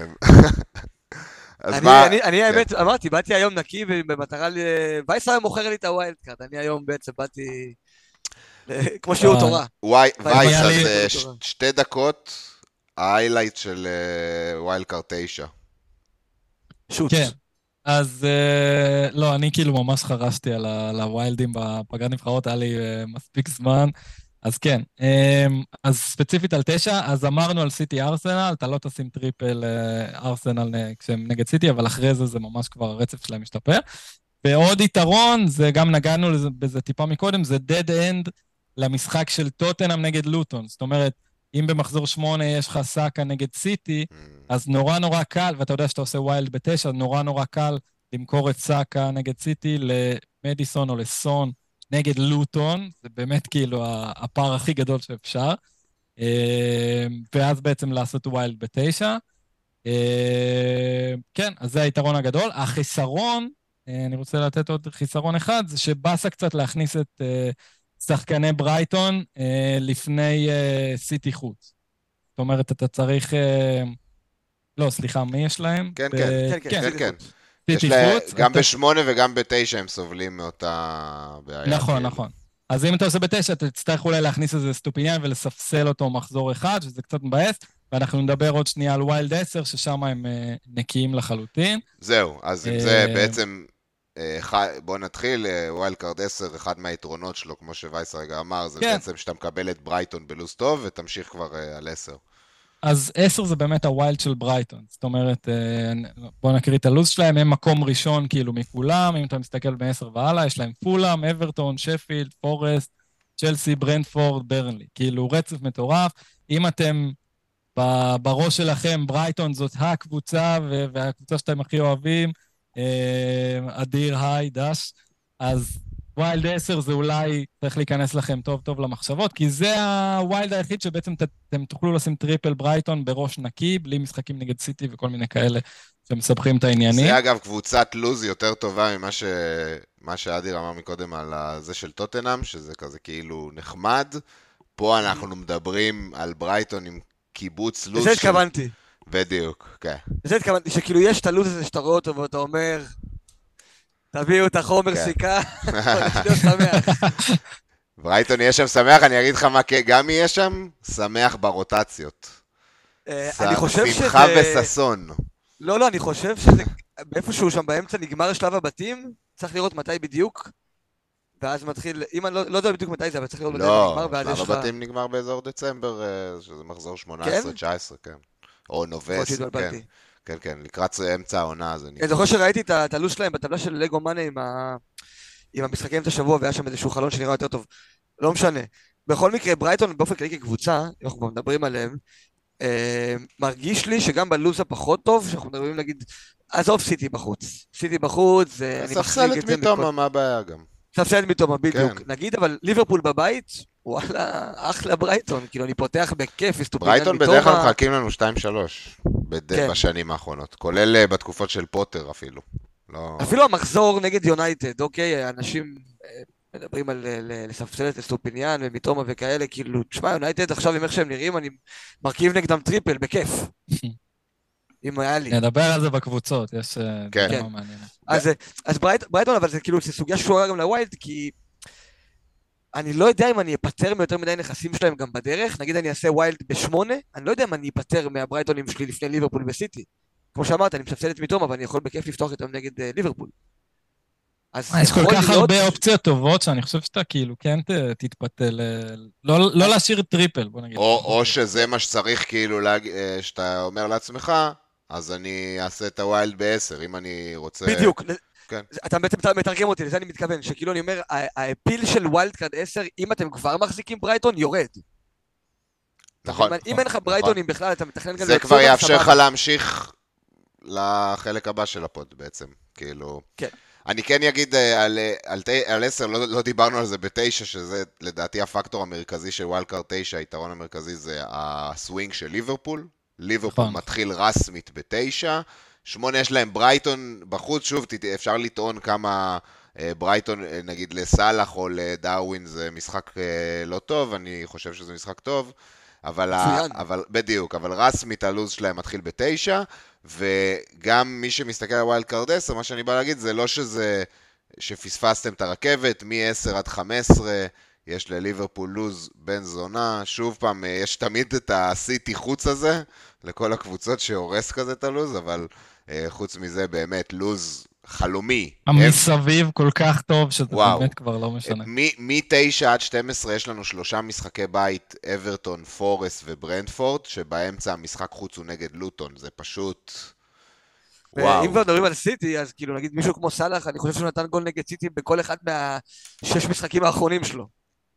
אני האמת, אמרתי, באתי היום נקי במטרה וייס היום מוכר לי את הווילד קארד, אני היום בעצם באתי כמו שיעור תורה. וייס, אז 2 דקות, ההיילייט של ווילד קארד 9. שוט. כן. אז לא, אני כאילו ממש חרשתי על הווילדים בפגרת נבחרות, היה לי מספיק זמן. אז כן, אז ספציפית על 9, אז אמרנו על סיטי ארסנל, אתה לא תשים טריפל ארסנל כשהם נגד סיטי, אבל אחרי זה ממש כבר הרצף שלהם משתפר. ועוד יתרון, זה גם נגענו בזה טיפה מקודם, זה dead end למשחק של טוטנהאם נגד לוטון. זאת אומרת, אם במחזור 8 יש לך סאקה נגד סיטי, אז נורא קל, ואתה יודע שאתה עושה ווילד ב9, נורא קל למכור את סאקה נגד סיטי למדיסון או לסון נגד לוטון, זה באמת כאילו הפער הכי גדול שאפשר, ואז בעצם לעשות ווילד ב9. כן, אז זה היתרון הגדול. החיסרון, אני רוצה לתת עוד חיסרון אחד, זה שבאסה קצת להכניס את שחקני ברייטון לפני סיטי חוץ. זאת אומרת, אתה צריך... לא, סליחה, מי יש להם? כן. סיטי חוץ. גם ב8 וגם ב9 הם סובלים מאותה בעיה. נכון. אז אם אתה עושה ב9, אתה תצטרך אולי להכניס איזה סטופיניאן ולספסל אותו מחזור אחד, שזה קצת מבאס, ואנחנו נדבר עוד שנייה על ווילד 10, ששם הם נקיים לחלוטין. זהו, אז אם זה בעצם... בוא נתחיל, ווילד קארד 10, אחד מהיתרונות שלו, כמו שווייס רגע אמר, זה בעצם שאתה מקבל את ברייטון בלוז טוב, ותמשיך כבר על 10. אז 10 זה באמת הווילד של ברייטון, זאת אומרת, בוא נקריא את הלוז שלהם, הם מקום ראשון כאילו מכולם, אם אתה מסתכל ב10 והלאה, יש להם פולאם, אברטון, שפילד, פורסט, צ'לסי, ברנדפורד, ברנלי, כאילו רצף מטורף. אם אתם בראש שלכם, ברייטון זאת הקבוצה, והקבוצה שאתם הכי אוהבים, אדיר, היי, דש, אז ווילד 10 זה אולי צריך להיכנס לכם טוב למחשבות, כי זה הווילד היחיד שבעצם אתם תוכלו לשים טריפל ברייטון בראש נקי, בלי משחקים נגד סיטי וכל מיני כאלה שמסבכים את העניינים. זה אגב קבוצת לוז יותר טובה מה שאדיר אמר מקודם על זה של טוטנאם, שזה כזה כאילו נחמד. פה אנחנו מדברים על ברייטון עם קיבוץ לוז. לזה התכוונתי. בדיוק, כן. לזה התכוונתי, שכאילו יש את הלוז הזה שאתה רואה אותו ואתה אומר, תביאו את החומר סיכה, הולך להיות שמח. ברייטון יהיה שם שמח, אני אגיד לך מה גם יהיה שם, שמח ברוטציות. אני חושב שזה... שמחה וססון. לא, אני חושב שזה... באיפשהו שם באמצע נגמר שלב הבתים, צריך לראות מתי בדיוק, ואז מתחיל... אם אני לא יודע בדיוק מתי זה, אבל צריך לראות מתי זה נגמר, ואז יש לך... שלב הבתים נגמר באזור דצמבר, שזה מחזור 18-19, כן. או נובס, כן, לקראת אמצע העונה. אני זוכר שראיתי את הלו"ז שלהם בטבלה של לגו מאנה עם המשחקים את השבוע, והיה שם איזשהו חלון שנראה יותר טוב. לא משנה. בכל מקרה, ברייטון באופן כללי כקבוצה, אנחנו כבר מדברים עליהם, מרגיש לי שגם בלו"ז הפחות טוב, שאנחנו מדברים נגיד, עזוב סיטי בחוץ. סיטי בחוץ, ספסלת מתומה, מה הבעיה גם? ספסלת מתומה, בדיוק. נגיד, אבל ליברפול בבית, וואלה, אחלה ברייטון, כאילו אני פותח בכיף, ברייטון בדרך כלל מחלקים לנו 2-3 בשנים האחרונות, כולל בתקופות של פוטר אפילו. אפילו המחזור נגד יונייטד, אוקיי, אנשים מדברים על לספסלת לסטופיניאן ומתומה וכאלה, כאילו, תשמע, יונייטד עכשיו עם איך שהם נראים, אני מרכיב נגדם טריפל, בכיף. אם היה לי. נדבר על זה בקבוצות, יש דוגמה מעניינת. אז ברייטון, אבל זה כאילו, זה סוגיה שקשורה גם לוויילד, כי אני לא יודע אם אני אפטר מיותר מדי נכסים שלהם גם בדרך, נגיד אני אעשה וויילד ב8, אני לא יודע אם אני אפטר מהברייטונים שלי לפני ליברפול וסיטי. כמו שאמרת, אני מספסלת מתום, אבל אני יכול בכיף לפתוח איתם נגד ליברפול. יש כל כך הרבה אופציות טובות, שאני חושב שאתה כאילו כן תתפתל, לא להשאיר טריפל, בוא נגיד. או שזה מה שצריך כאילו, שאתה אומר לעצמך, אז אני אעשה את הוויילד ב10, אם אני רוצה... בדיוק. אתה בעצם מתרגם אותי, לזה אני מתכוון, שכאילו אני אומר, האפיל של ווילד קארד 10, אם אתם כבר מחזיקים ברייטון, יורד. נכון. אם אין לך ברייטונים בכלל, אתה מתכנן גם... זה כבר יאפשר לך להמשיך לחלק הבא של הפוד בעצם, כאילו... כן. אני כן אגיד על 10, לא דיברנו על זה ב9, שזה לדעתי הפקטור המרכזי של ווילד קארד 9, היתרון המרכזי זה הסווינג של ליברפול. ליברפול מתחיל רסמית ב9, 8 יש להם ברייטון בחוץ, שוב אפשר לטעון כמה ברייטון נגיד לסלח או לדאווין זה משחק לא טוב, אני חושב שזה משחק טוב, אבל בדיוק, אבל רסמית הלוז שלהם מתחיל ב9, וגם מי שמסתכל על ווילד קארד 10, מה שאני בא להגיד זה לא שזה שפספסתם את הרכבת, מ-10 עד 15 יש לליברפול לוז בין זונה, שוב פעם יש תמיד את הסיטי חוץ הזה, לכל הקבוצות שהורס כזה את הלוז, אבל חוץ מזה באמת לוז חלומי. המסביב כל כך טוב שזה באמת כבר לא משנה. מ-9 עד 12 יש לנו 3 משחקי בית, אברטון, פורסט וברנדפורד, שבאמצע המשחק חוץ הוא נגד לוטון, זה פשוט... ואם כבר מדברים על סיטי, אז כאילו נגיד מישהו כמו סלאח, אני חושב שהוא נתן גול נגד סיטי בכל אחד מה6 משחקים האחרונים שלו.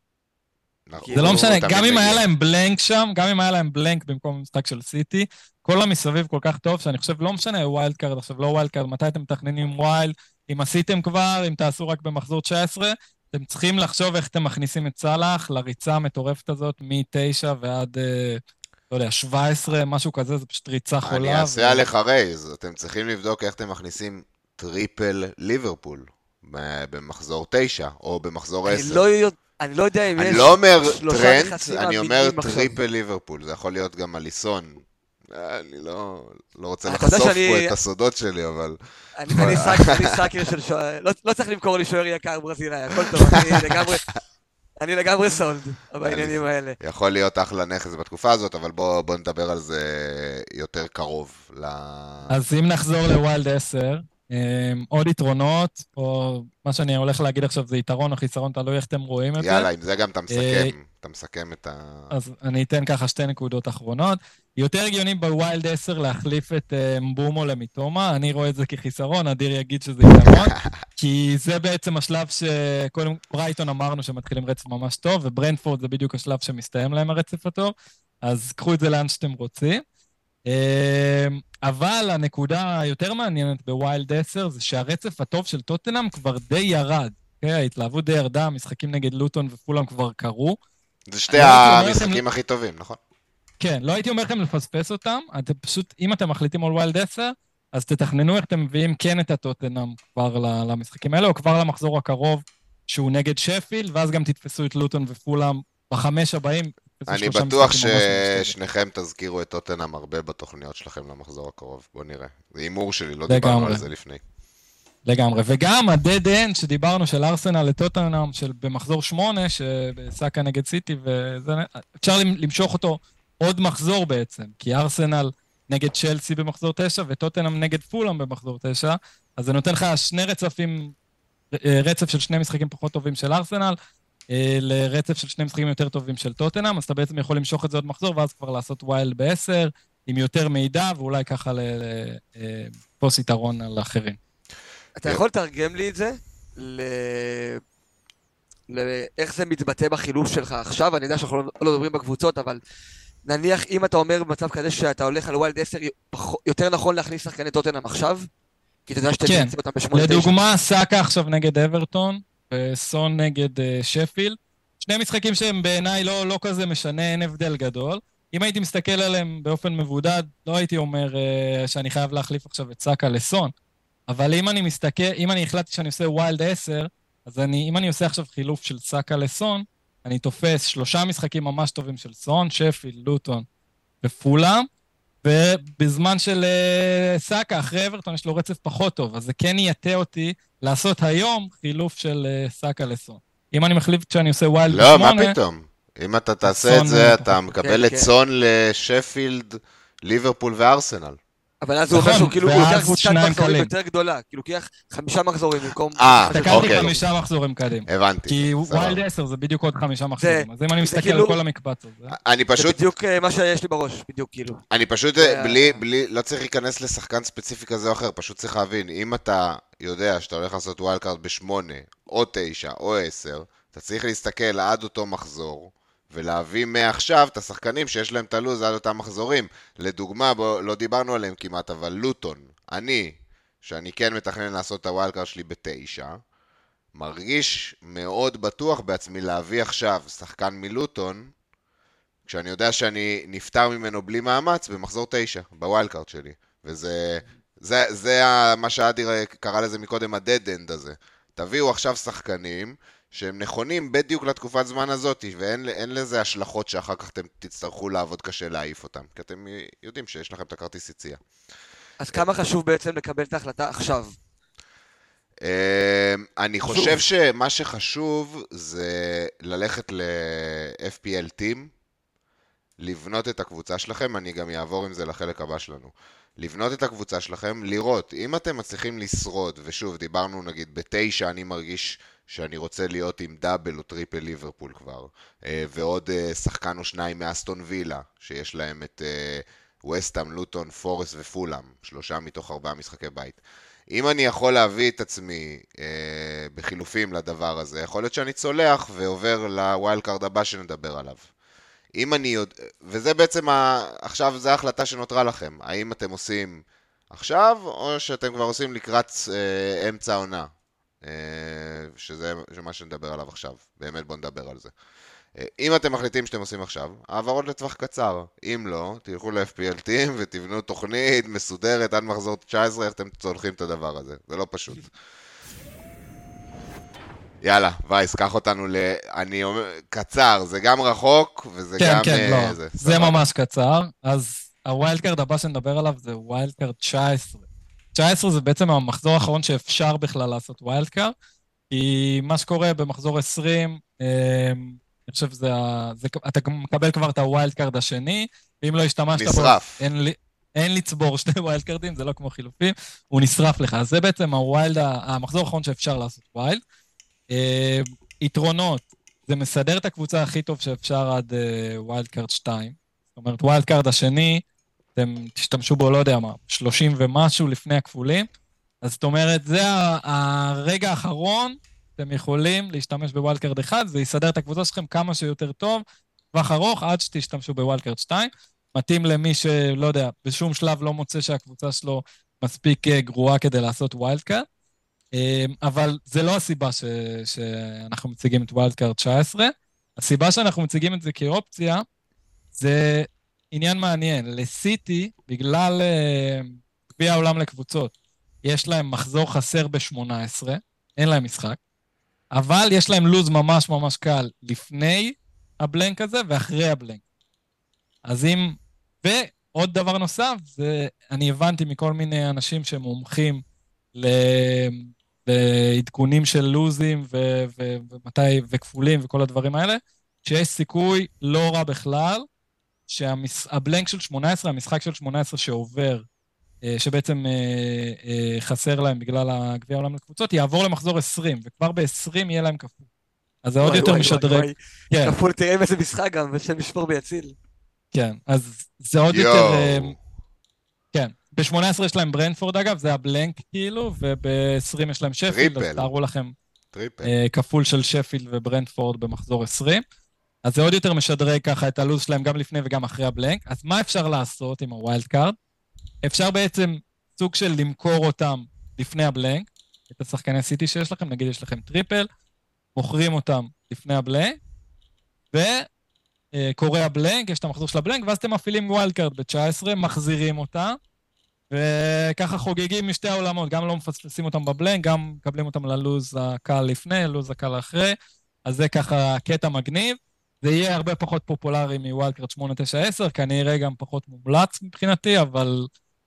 זה לא משנה, גם אם היה להם בלנק שם, גם אם היה להם בלנק במקום המשחק של סיטי, כל המסביב כל כך טוב, שאני חושב לא משנה ווילד קארד, עכשיו לא ווילד קארד, מתי אתם מתכננים ווילד, אם עשיתם כבר, אם תעשו רק במחזור 19, אתם צריכים לחשוב איך אתם מכניסים את סלאח לריצה המטורפת הזאת, מ9 ועד, לא יודע, 17, משהו כזה, זה פשוט ריצה חולה. אני אעשה עליך רייז, אתם צריכים לבדוק איך אתם מכניסים טריפל ליברפול, במחזור 9, או במחזור 10. אני לא יודע אם יש... אני לא אומר טרנד, אני אומר טריפל ליברפול, זה יכול להיות גם אליסון. אני לא רוצה לחשוף פה את הסודות שלי, אבל... אני סאקר של שוער, לא צריך למכור לי שוער יקר ברזילאי, הכל טוב, אני לגמרי סולד בעניינים האלה. יכול להיות אחלה נכס בתקופה הזאת, אבל בוא נדבר על זה יותר קרוב. אז אם נחזור לווילד 10, עוד יתרונות, או מה שאני הולך להגיד עכשיו זה יתרון או חיסרון, תלוי איך אתם רואים את זה. יאללה, עם זה גם אתה מסכם את ה... אז אני אתן ככה 2 נקודות אחרונות. יותר הגיוני בווילד 10 להחליף את מבומו למיטומה, אני רואה את זה כחיסרון, אדיר יגיד שזה יתרון, כי זה בעצם השלב שקודם ברייטון אמרנו שמתחילים רצף ממש טוב, וברנדפורד זה בדיוק השלב שמסתיים להם הרצף הטוב, אז קחו את זה לאן שאתם רוצים. אבל הנקודה היותר מעניינת בווילד 10 זה שהרצף הטוב של טוטנהאם כבר די ירד. ההתלהבות די ירדה, המשחקים נגד לוטון ופולאם כבר קרו. זה שתי המשחקים הכי טובים, נכון? כן, לא הייתי אומר לכם לפספס אותם, אתם פשוט, אם אתם מחליטים על ווילד 10, אז תתכננו איך אתם מביאים כן את הטוטנהאם כבר למשחקים האלה, או כבר למחזור הקרוב, שהוא נגד שפילד, ואז גם תתפסו את לוטון ופולאם בחמש הבאים. אני בטוח ששניכם תזכירו את טוטנהאם הרבה בתוכניות שלכם למחזור הקרוב. בוא נראה. זה הימור שלי, לא דיברנו על זה לפני. לגמרי, וגם ה-dead end שדיברנו של ארסנל לטוטנהאם, של במחזור 8, שבסאקה נגד סיטי, אפשר למשוך אותו עוד מחזור בעצם, כי ארסנל נגד צ'לסי במחזור 9, וטוטנהאם נגד פולאם במחזור 9, אז זה נותן לך שני רצף של שני משחקים פחות טובים של ארסנל, לרצף של שני משחקים יותר טובים של טוטנהאם, אז אתה בעצם יכול למשוך את זה עוד מחזור, ואז כבר לעשות ווילד ב-10, עם יותר מידע, ואולי ככה לפוס יתרון על אחרים. אתה יכול לתרגם לי את זה? איך זה מתבטא בחילוף שלך עכשיו? אני יודע שאנחנו לא מדברים בקבוצות, אבל נניח אם אתה אומר במצב כזה שאתה הולך על ווילד 10, יותר נכון להכניס שחקני טוטנהאם עכשיו? כי אתה יודע שאתם כן, נמצאים אותם ב-8-9. לדוגמה, סאקה עכשיו נגד אברטון, וסון נגד שפילד. שני משחקים שהם בעיניי לא כזה משנה, אין הבדל גדול. אם הייתי מסתכל עליהם באופן מבודד, לא הייתי אומר שאני חייב להחליף עכשיו את סאקה לסון. אבל אם אני החלטתי שאני עושה ווילד 10, אז אם אני עושה עכשיו חילוף של סאקה לסון, אני תופס 3 משחקים ממש טובים של סון, שפילד, לוטון ופולאם, ובזמן של סאקה, אחרי אברטון, יש לו רצף פחות טוב, אז זה כן יתה אותי לעשות היום חילוף של סאקה לסון. אם אני מחליף שאני עושה ווילד 8... לא, מה פתאום? אם אתה תעשה את זה, אתה מקבל את סון לשפילד, ליברפול וארסנל. אבל אז הוא אומר שהוא כאילו לוקח קבוצת מחזורים יותר גדולה, כאילו לוקח 5 מחזורים במקום... תקלתי 5 מחזורים קדימה. הבנתי. כי ווילד 10 זה בדיוק עוד 5 מחזורים, אז אם אני מסתכל על כל המקבץ הזה... זה בדיוק מה שיש לי בראש, בדיוק כאילו. אני פשוט, לא צריך להיכנס לשחקן ספציפי כזה או אחר, פשוט צריך להבין, אם אתה יודע שאתה הולך לעשות ווילד קארד ב8, או 9, או 10, אתה צריך להסתכל עד אותו מחזור, ולהביא מעכשיו את השחקנים שיש להם את הלוז עד אותם מחזורים. לדוגמה, לא דיברנו עליהם כמעט, אבל לוטון, שאני כן מתכנן לעשות את הווילד שלי ב9, מרגיש מאוד בטוח בעצמי להביא עכשיו שחקן מלוטון, כשאני יודע שאני נפטר ממנו בלי מאמץ במחזור 9, בווילד שלי. וזה מה שאדיר קרא לזה מקודם, ה-dead end הזה. תביאו עכשיו שחקנים שהם נכונים בדיוק לתקופת זמן הזאת, ואין לזה השלכות שאחר כך אתם תצטרכו לעבוד קשה להעיף אותם, כי אתם יודעים שיש לכם את הכרטיס יציאה. אז כמה חשוב בעצם לקבל את ההחלטה עכשיו? אני חושב שמה שחשוב זה ללכת ל-FPL Team, לבנות את הקבוצה שלכם, אני גם אעבור עם זה לחלק הבא שלנו. לבנות את הקבוצה שלכם, לראות, אם אתם מצליחים לשרוד, ושוב, דיברנו נגיד ב9, אני מרגיש שאני רוצה להיות עם דאבל או טריפל ליברפול כבר, ועוד שחקן או שניים מאסטון וילה, שיש להם את ווסטהאם, לוטון, פורסט ופולאם, 3 מתוך 4 משחקי בית. אם אני יכול להביא את עצמי בחילופים לדבר הזה, יכול להיות שאני צולח ועובר לווילד קארד הבא שנדבר עליו. אם אני וזה בעצם, עכשיו זה ההחלטה שנותרה לכם. האם אתם עושים עכשיו, או שאתם כבר עושים לקראת אמצע העונה? שזה מה שנדבר עליו עכשיו. באמת בוא נדבר על זה. אם אתם מחליטים שאתם עושים עכשיו, העברות לטווח קצר. אם לא, תלכו ל-FPL Team ותבנו תוכנית מסודרת עד מחזור 19, איך אתם צולחים את הדבר הזה. זה לא פשוט. יאללה, וייס, קח אותנו אני אומר, קצר, זה גם רחוק, וזה כן, גם... כן, לא, זה ממש קצר. אז הווילד קארד הבא שנדבר עליו זה ווילד קארד 19. 19 זה בעצם המחזור האחרון שאפשר בכלל לעשות ווילד קארד, כי מה שקורה במחזור 20, אני חושב אתה מקבל כבר את הווילד קארד השני, ואם לא השתמשת בו, אין לצבור 2 ווילד קארדים, זה לא כמו חילופים, הוא נשרף לך. אז זה בעצם המחזור האחרון שאפשר לעשות ווילד. יתרונות, זה מסדר את הקבוצה הכי טוב שאפשר עד ווילד קארד 2. זאת אומרת, ווילד קארד השני, אתם תשתמשו בו, לא יודע מה, 30 ומשהו לפני הכפולים. אז זאת אומרת, זה הרגע האחרון, אתם יכולים להשתמש בווילד קארד 1, זה יסדר את הקבוצה שלכם כמה שיותר טוב, טווח ארוך, עד שתשתמשו בווילד קארד 2. מתאים למי שלא יודע, בשום שלב לא מוצא שהקבוצה שלו מספיק גרועה כדי לעשות ווילד קארד. אבל זה לא הסיבה שאנחנו מציגים את ווילד קארד 19. הסיבה שאנחנו מציגים את זה כאופציה, זה עניין מעניין. לסיטי, בגלל בגביע העולם לקבוצות, יש להם מחזור חסר ב-18, אין להם משחק, אבל יש להם לוז ממש ממש קל לפני הבלנק הזה ואחרי הבלנק. אז אם... ועוד דבר נוסף, זה אני הבנתי מכל מיני אנשים שמומחים לעדכונים של לוזים ומתי וכפולים וכל הדברים האלה, שיש סיכוי לא רע בכלל, שהבלנק של 18, המשחק של 18 שעובר, שבעצם חסר להם בגלל הגביע העולם לקבוצות, יעבור למחזור 20, וכבר ב-20 יהיה להם כפול. אז זה עוד יותר משדרג. כפול, תראה איזה משחק גם, ושל משפור ביציל. כן, אז זה עוד יותר... כן, ב-18 יש להם ברנפורד אגב, זה הבלנק כאילו, וב-20 יש להם שפילד, אז תארו לכם כפול של שפילד וברנפורד במחזור 20. אז זה עוד יותר משדרג ככה את הלוז שלהם גם לפני וגם אחרי הבלנק. אז מה אפשר לעשות עם הווילד קארד? אפשר בעצם סוג של למכור אותם לפני הבלנק, את השחקני סיטי שיש לכם, נגיד יש לכם טריפל, מוכרים אותם לפני הבלנק, וקורא הבלנק, יש את המחזור של הבלנק, ואז אתם מפעילים ווילד קארד ב-19, מחזירים אותם, וככה חוגגים משתי העולמות, גם לא מפספסים אותם בבלנק, גם מקבלים אותם ללוז הקל לפני, לוז הקל אחרי, אז זה ככה קטע מגניב. זה יהיה הרבה פחות פופולרי מווילד קארד 8, 9, 10, כנראה גם פחות מומלץ מבחינתי, אבל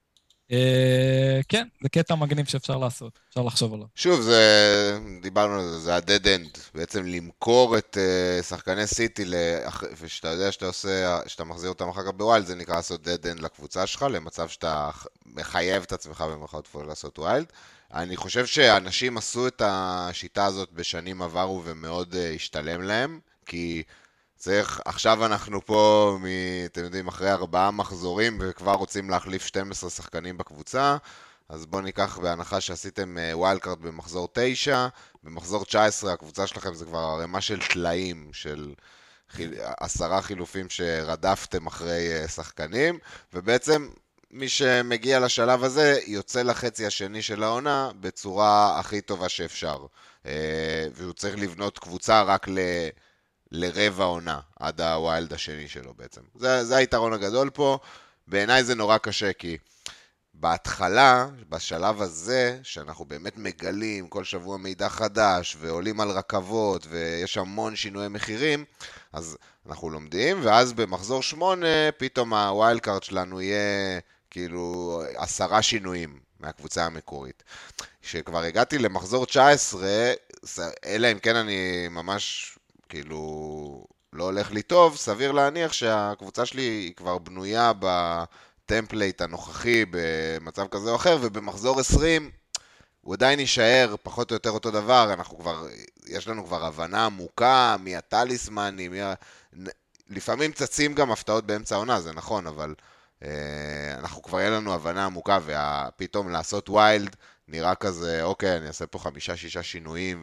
כן, זה קטע מגניב שאפשר לעשות, אפשר לחשוב עליו. שוב, דיברנו על זה, זה ה-dead end, בעצם למכור את שחקני סיטי, ושאתה יודע שאתה מחזיר אותם אחר כך בווילד, זה נקרא לעשות dead end לקבוצה שלך, למצב שאתה מחייב את עצמך במרכאות לעשות ווילד. אני חושב שאנשים עשו את השיטה הזאת בשנים עברו ומאוד השתלם להם, כי צריך, עכשיו אנחנו פה, אתם יודעים, אחרי 4 מחזורים וכבר רוצים להחליף 12 שחקנים בקבוצה, אז בואו ניקח בהנחה שעשיתם ווילד קארד במחזור 9, במחזור 19 הקבוצה שלכם זה כבר הרמה של תלאים, של 10 חילופים שרדפתם אחרי שחקנים, ובעצם מי שמגיע לשלב הזה יוצא לחצי השני של העונה בצורה הכי טובה שאפשר, והוא צריך לבנות קבוצה רק לרבע עונה, עד הווילד השני שלו בעצם. זה היתרון הגדול פה. בעיניי זה נורא קשה, כי בהתחלה, בשלב הזה, שאנחנו באמת מגלים כל שבוע מידע חדש, ועולים על רכבות, ויש המון שינויי מחירים, אז אנחנו לומדים, ואז במחזור 8, פתאום הווילד קארד שלנו יהיה כאילו 10 שינויים מהקבוצה המקורית. כשכבר הגעתי למחזור 19, אלא אם כן אני ממש כאילו לא הולך לי טוב, סביר להניח שהקבוצה שלי היא כבר בנויה בטמפלייט הנוכחי במצב כזה או אחר, ובמחזור 20 הוא עדיין יישאר פחות או יותר אותו דבר. יש לנו כבר הבנה עמוקה מי הטליסמנים, לפעמים צצים גם הפתעות באמצע העונה, זה נכון, אבל אנחנו כבר יהיה לנו הבנה עמוקה, ופתאום לעשות ווילד נראה כזה, אוקיי, אני אעשה פה 5-6 שינויים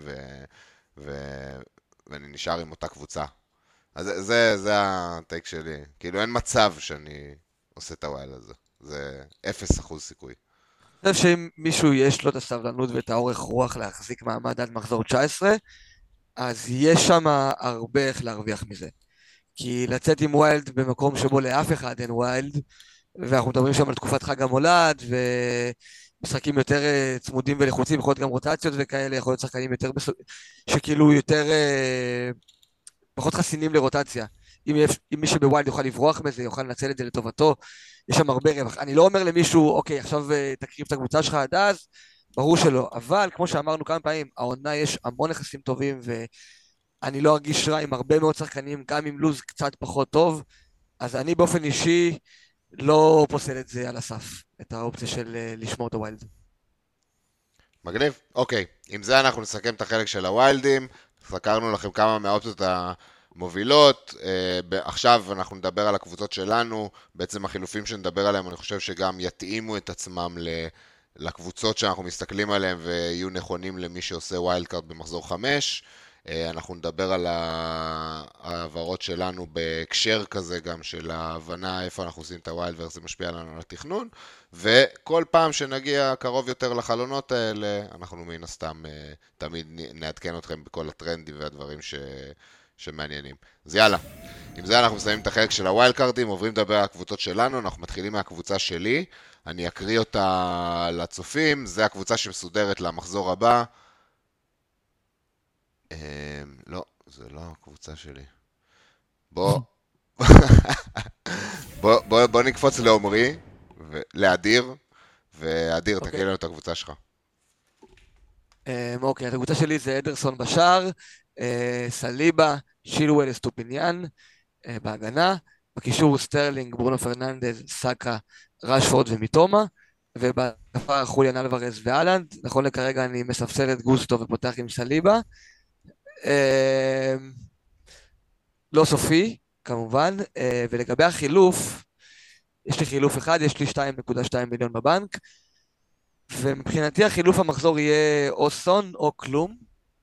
ואני נשאר עם אותה קבוצה. אז זה הטייק שלי. כאילו אין מצב שאני עושה את הווייל הזה. זה 0% סיכוי. אני חושב שאם מישהו יש לו את הסבלנות ואת האורך רוח להחזיק מעמד עד מחזור 19, אז יש שם הרבה איך להרוויח מזה. כי לצאת עם ווילד במקום שבו לאף אחד אין ווילד, ואנחנו מדברים שם על תקופת חג המולד, ומשחקים יותר צמודים ולחוצים, יכול להיות גם רוטציות וכאלה, יכול להיות שחקנים יותר שכאילו יותר פחות חסינים לרוטציה. אם מי שבווילד יוכל לברוח מזה, יוכל לנצל את זה לטובתו, יש שם הרבה רווח. אני לא אומר למישהו, אוקיי, עכשיו תקריב את הקבוצה שלך עד אז, ברור שלא. אבל כמו שאמרנו כמה פעמים, העונה יש המון יחסים טובים, ואני לא ארגיש רע עם הרבה מאוד שחקנים, גם עם לוז קצת פחות טוב, אז אני באופן אישי לא פוסל את זה על הסף, את האופציה של לשמור את הווילד. מגניב. אוקיי, עם זה אנחנו נסכם את החלק של הווילדים, סקרנו לכם כמה מהאופציות המובילות, עכשיו אנחנו נדבר על הקבוצות שלנו, בעצם החילופים שנדבר עליהם אני חושב שגם יתאימו את עצמם לקבוצות שאנחנו מסתכלים עליהם ויהיו נכונים למי שעושה ווילד קארד במחזור 5, אנחנו נדבר על העברות שלנו בהקשר כזה גם של ההבנה איפה אנחנו עושים את הווילד ואיך זה משפיע לנו על התכנון, וכל פעם שנגיע קרוב יותר לחלונות האלה, אנחנו מן הסתם תמיד נעדכן אתכם בכל הטרנדים והדברים שמעניינים. אז יאללה, עם זה אנחנו מסיימים את החלק של הווילד קארדים, עוברים לדבר על הקבוצות שלנו, אנחנו מתחילים מהקבוצה שלי, אני אקריא אותה לצופים, זה הקבוצה שמסודרת למחזור הבא. לא, זה לא הקבוצה שלי. בוא נקפוץ לעומרי, לאדיר, ואדיר, תקריא לנו את הקבוצה שלך. אוקיי, אז הקבוצה שלי זה אדרסון בשער, סליבה, שילואל אסטופיניאן בהגנה, בקישור סטרלינג, ברונו פרננדז, סאקה, רשפורד ומיטומה, ובהתקפה חוליאן אלוורז ואלנד. נכון לכרגע אני מספסל את גוסטו ופותח עם סליבה. לא סופי, כמובן, ולגבי החילוף, יש לי חילוף אחד, יש לי 2.2 מיליון בבנק, ומבחינתי החילוף המחזור יהיה או סון או כלום,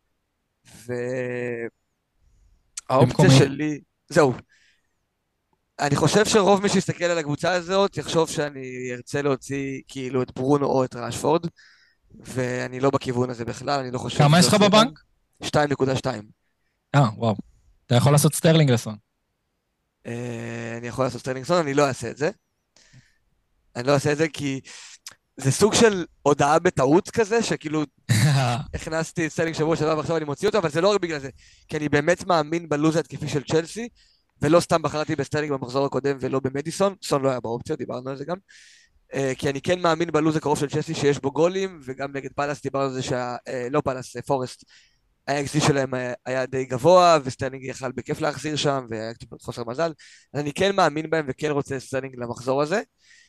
והאופציה שלי, זהו, אני חושב שרוב מי שיסתכל על הקבוצה הזאת יחשוב שאני ארצה להוציא כאילו את ברונו או את רשפורד, ואני לא בכיוון הזה בכלל, אני לא חושב... כמה יש לך בבנק? 2.2. וואו. אתה יכול לעשות סטרלינג לסון. אני יכול לעשות סטרלינג לסון, אני לא אעשה את זה. אני לא אעשה את זה כי זה סוג של הודעה בטעות כזה, שכאילו הכנסתי את סטרלינג שבוע שעבר ועכשיו אני מוציא אותו, אבל זה לא רק בגלל זה, כי אני באמת מאמין בלוז ההתקפי של צ'לסי, ולא סתם בחרתי בסטרלינג במחזור הקודם ולא במדיסון, סון לא היה באופציות, דיברנו על זה גם, כי אני כן מאמין בלוז הקרוב של צ'לסי שיש בו גולים, וגם נגד פלאס דיברנו על זה לא פלאס, פורסט, ה-XG שלהם היה די גבוה, וסטרלינג יכל בכיף להחזיר שם, והיה קצת חוסר מזל, אז אני כן מאמין בהם וכן רוצה סטרלינג למחזור הזה.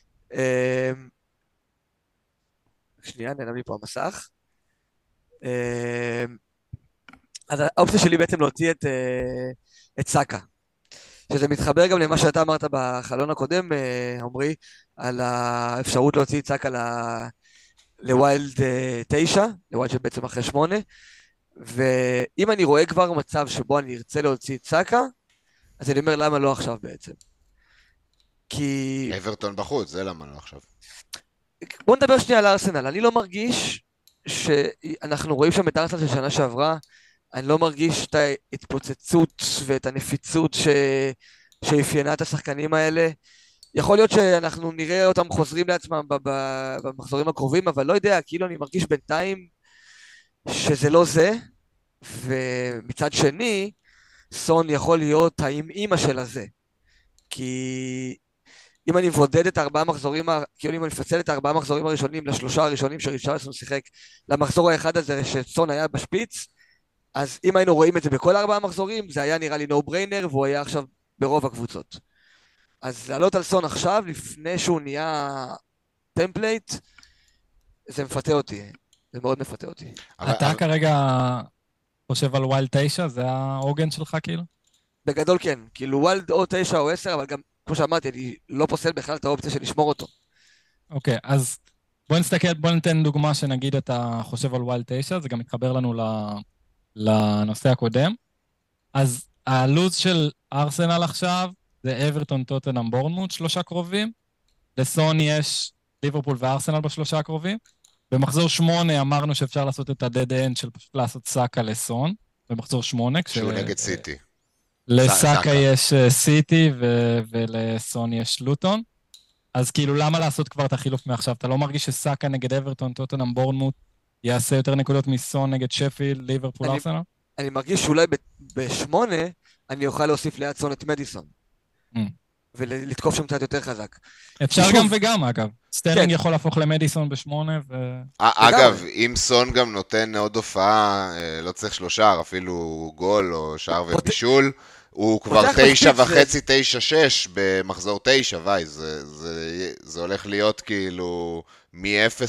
שנייה, נעלם לי פה המסך. אז האופציה שלי בעצם להוציא את סאקה, שזה מתחבר גם למה שאתה אמרת בחלון הקודם, עומרי, על האפשרות להוציא את סאקה לווילד 9, לווילד שבעצם אחרי 8, ואם אני רואה כבר מצב שבו אני ארצה להוציא את סאקה, אז אני אומר למה לא עכשיו בעצם. כי... אברטון בחוץ, זה למה לא עכשיו. בואו נדבר שנייה על ארסנל, אני לא מרגיש שאנחנו רואים שם את ארסנל של שנה שעברה, אני לא מרגיש את ההתפוצצות ואת הנפיצות שאפיינה את השחקנים האלה. יכול להיות שאנחנו נראה אותם חוזרים לעצמם במחזורים הקרובים, אבל לא יודע, כאילו אני מרגיש בינתיים שזה לא זה, ומצד שני, סון יכול להיות האמא של הזה. כי אם אני מבודד את הארבעה מחזורים, כאילו אם אני מפצל את הארבעה מחזורים הראשונים לשלושה הראשונים שריצ'רליסון שיחק למחזור האחד הזה שסון היה בשפיץ, אז אם היינו רואים את זה בכל ארבעה מחזורים, זה היה נראה לי נו בריינר, והוא היה עכשיו ברוב הקבוצות. אז לעלות על סון עכשיו, לפני שהוא נהיה טמפלייט, זה מפתה אותי. זה מאוד מפתה אותי. אתה כרגע חושב על ווילד 9? זה העוגן שלך כאילו? בגדול כן. כאילו ווילד או 9 או 10, אבל גם, כמו שאמרתי, אני לא פוסל בכלל את האופציה של לשמור אותו. אוקיי, אז בוא ניתן דוגמה שנגיד אתה חושב על ווילד 9, זה גם מתחבר לנו לנושא הקודם. אז הלוז של ארסנל עכשיו זה אברטון, טוטנהאם, בורנמוט, 3 קרובים. לסון יש ליברפול וארסנל ב3 הקרובים. במחזור 8 אמרנו שאפשר לעשות את הדד אנד של פשוט לעשות סאקה לסון, במחזור 8. שהוא נגד סיטי. לסאקה יש סיטי ולסון יש לוטון. אז כאילו למה לעשות כבר את החילוף מעכשיו? אתה לא מרגיש שסאקה נגד אברטון, טוטנהאם, בורנמוט יעשה יותר נקודות מסון נגד שפילד, ליברפול, ארסנל? אני מרגיש שאולי ב8 אני אוכל להוסיף ליד סון את מדיסון. ולתקוף שם קצת יותר חזק. אפשר גם וגם, אגב. סטרלינג יכול להפוך למדיסון ב8 אגב, אם סון גם נותן עוד הופעה, לא צריך 3 שער, אפילו גול או שער ובישול, הוא כבר 9.5, 9.6 במחזור 9, וואי, זה הולך להיות כאילו מ-0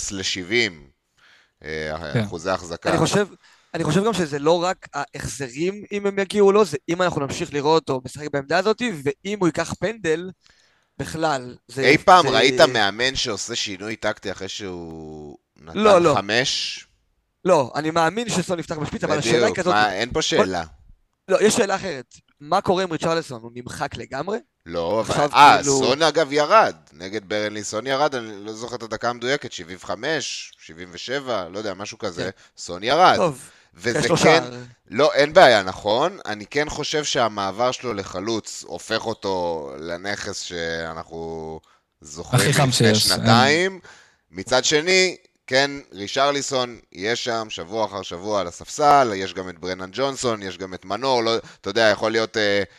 ל-70, אחוזי החזקה. אני חושב גם שזה לא רק ההחזרים אם הם יגיעו או לא, זה אם אנחנו נמשיך לראות אותו משחק בעמדה הזאת, ואם הוא ייקח פנדל, בכלל. אי פעם ראית מאמן שעושה שינוי טקטי אחרי שהוא נתן 5? לא, אני מאמין שסון יפתח בשפיץ, אבל השאלה היא כזאת... אין פה שאלה. לא, יש שאלה אחרת. מה קורה עם ריצ'רליסון? הוא נמחק לגמרי? לא, אבל... סון אגב ירד. נגד ברנלי סון ירד, אני לא זוכר את הדקה המדויקת, 75, 77, לא יודע, משהו כזה. סון ירד. טוב. וזה כן, לא, אין בעיה, נכון? אני כן חושב שהמעבר שלו לחלוץ הופך אותו לנכס שאנחנו זוכרים הכי חם לפני שיש. שנתיים. מצד שני, כן, רישרליסון יש שם שבוע אחר שבוע על הספסל, יש גם את ברנן ג'ונסון, יש גם את מנור, לא, אתה יודע, יכול להיות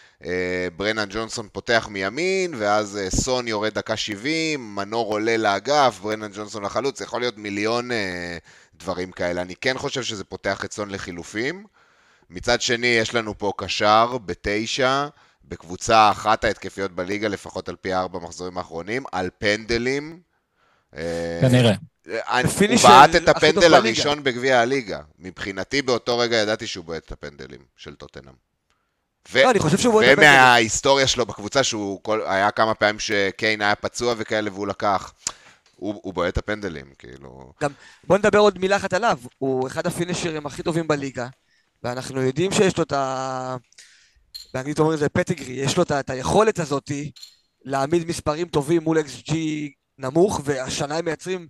ברנן ג'ונסון פותח מימין, ואז סון יורד דקה 70, מנור עולה לאגף, ברנן ג'ונסון לחלוץ, יכול להיות מיליון דברים כאלה. אני כן חושב שזה פותח את סון לחילופים. מצד שני, יש לנו פה קשר ב9, בקבוצה אחת ההתקפיות בליגה, לפחות על פי 4 מחזורים האחרונים, על פנדלים. כנראה. הוא בעט את הפנדל הראשון בגביע הליגה. מבחינתי באותו רגע ידעתי שהוא בעט את הפנדלים של טוטנהאם. אני חושב שהוא בעט את הפנדלים. ומההיסטוריה שלו בקבוצה, שהוא היה כמה פעמים שקיין היה פצוע וכאלה והוא לקח, הוא בעט את הפנדלים, כאילו. גם בוא נדבר עוד מילה אחת עליו, הוא אחד הפינישרים הכי טובים בליגה, ואנחנו יודעים שיש לו את באנגלית אומרים זה פטיגרי, יש לו את היכולת הזאת להעמיד מספרים טובים מול XG נמוך, והשנה הם מייצרים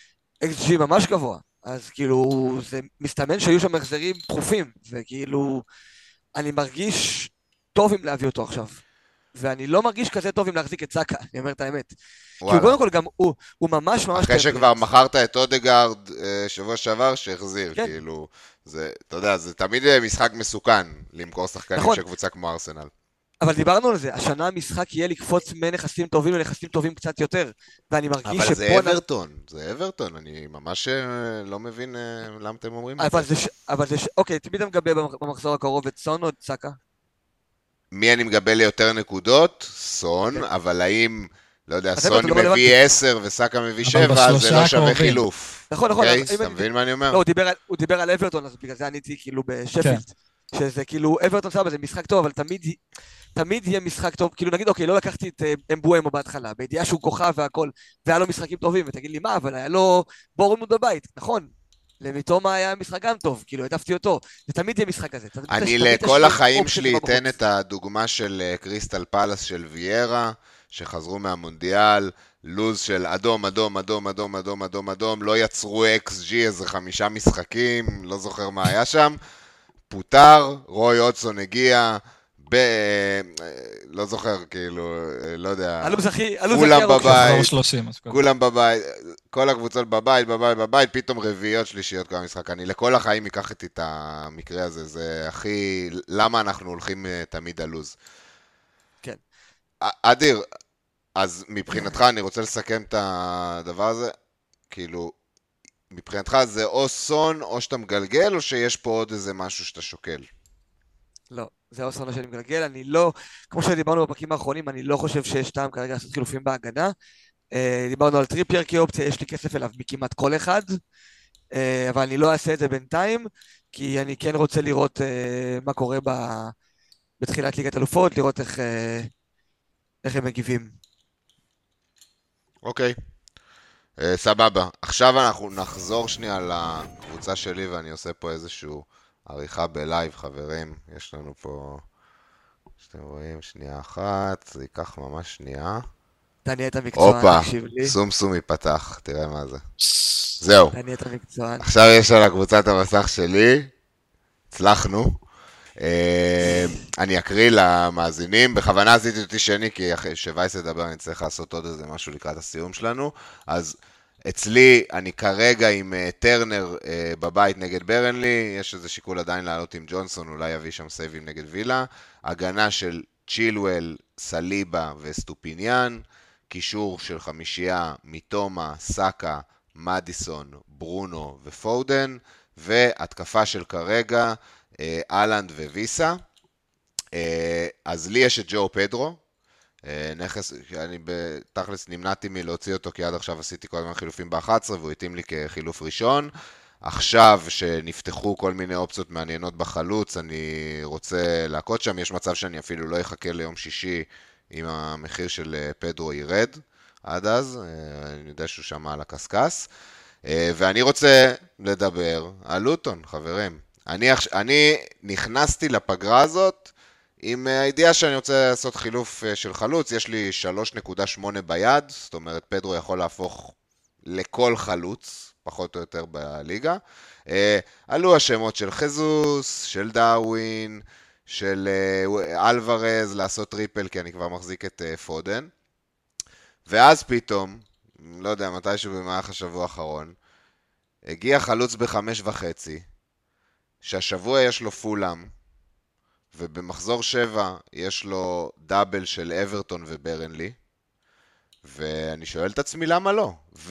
XG ממש גבוה, אז כאילו זה מסתמן שהיו שם החזרים דחופים, וכאילו אני מרגיש טוב אם להביא אותו עכשיו, ואני לא מרגיש כזה טוב אם להחזיק את סאקה, אני אומר את האמת. כי הוא קודם כל גם, הוא ממש ממש... אחרי שכבר מכרת את אודגארד שבוע שעבר שהחזיר, כאילו, אתה יודע, זה תמיד משחק מסוכן למכור שחקנים של קבוצה כמו ארסנל. אבל דיברנו על זה, השנה המשחק יהיה לקפוץ מנכסים טובים לנכסים טובים קצת יותר, ואני מרגיש שפה... אבל זה אברטון, זה אברטון, אני ממש לא מבין למה אתם אומרים את זה. אבל זה... אוקיי, תמיד אתה מגבה במחזור הקרוב את סון או את סאקה? מי אני מגבה לי יותר נקודות? סון, אבל האם, לא יודע, סון מביא 10 וסאקה מביא 7, זה לא שווה חילוף. נכון. אתה מבין מה אני אומר? לא, הוא דיבר על אברטון, אז בגלל זה עניתי כאילו בשפילד. שזה כאילו, אברטון סבבה, זה משחק טוב, אבל תמיד יהיה משחק טוב, כאילו נגיד, אוקיי, לא לקחתי את אמבואמו בהתחלה, בידיעה שהוא כוכב והכל, והיה לו משחקים טובים, ותגיד לי מה, אבל היה לו בורנמוט בבית, נכון? למיתומה היה משחק גם טוב, כאילו, העדפתי אותו, זה תמיד יהיה משחק כזה. אני לכל החיים שלי אתן את הדוגמה של קריסטל פלאס של ויירה, שחזרו מהמונדיאל, לוז של אדום, אדום, אדום, אדום, אדום, אדום, אדום, לא יצרו XG איזה 5 משחקים, לא זוכר מה היה שם, פוטר, רוי אודסון הגיע, לא זוכר, כאילו, לא יודע, כולם בבית, כל הקבוצות בבית, פתאום רביעיות שלישיות כל המשחק. אני לכל החיים אקח את המקרה הזה, זה הכי, למה אנחנו הולכים תמיד על לוז. כן. אדיר, אז מבחינתך אני רוצה לסכם את הדבר הזה, כאילו, מבחינתך זה או סון או שאתה מגלגל, או שיש פה עוד איזה משהו שאתה שוקל? לא, זה או סון או שאני מגלגל, אני לא, כמו שדיברנו בפרקים האחרונים, אני לא חושב שיש טעם כרגע לעשות חילופים בהגנה. דיברנו על טריפייר כאופציה, יש לי כסף אליו מכמעט כל אחד, אבל אני לא אעשה את זה בינתיים, כי אני כן רוצה לראות מה קורה בתחילת ליגת אלופות, לראות איך הם מגיבים. אוקיי. סבבה. עכשיו אנחנו נחזור שנייה לקבוצה שלי, ואני עושה פה איזשהו עריכה בלייב, חברים. יש לנו פה, שאתם רואים, שנייה אחת, זה ייקח ממש שנייה. תעני את המקצוען, תקשיב לי. סום סום ייפתח, תראה מה זה. זהו. תעני את המקצוען. עכשיו יש על הקבוצת המסך שלי, הצלחנו. אני אקריא למאזינים, בכוונה עשיתי אותי שני, כי אחרי שווייס ידבר אני צריך לעשות עוד איזה משהו לקראת הסיום שלנו, אז אצלי אני כרגע עם טרנר בבית נגד ברנלי, יש איזה שיקול עדיין לעלות עם ג'ונסון, אולי יביא שם סייבים נגד וילה, הגנה של צ'ילואל, סליבה וסטופיניאן, קישור של 5 מתומה, סאקה, מדיסון, ברונו ופודן, והתקפה של כרגע, אלנד וויסה. אז לי יש את ג'ו פדרו, נכס, אני בתכלס נמנעתי מלהוציא אותו, כי עד עכשיו עשיתי כל הזמן חילופים ב-11, והוא התאים לי כחילוף ראשון. עכשיו שנפתחו כל מיני אופציות מעניינות בחלוץ, אני רוצה להקות שם, יש מצב שאני אפילו לא אחכה ליום שישי, אם המחיר של פדרו ירד עד אז, אני יודע שהוא שמע על הקסקס, ואני רוצה לדבר על לוטון, חברים. אני נכנסתי לפגרה הזאת עם הידיעה שאני רוצה לעשות חילוף של חלוץ, יש לי 3.8 ביד, זאת אומרת פדרו יכול להפוך לכל חלוץ, פחות או יותר בליגה. עלו השמות של חזוס, של דאווין, של אלוורז, לעשות טריפל, כי אני כבר מחזיק את פודן. ואז פתאום, לא יודע, מתישהו במהלך השבוע האחרון, הגיע חלוץ ב5.5, שהשבוע יש לו פולאם, ובמחזור 7 יש לו דאבל של אברטון וברנלי, ואני שואל את עצמי למה לא.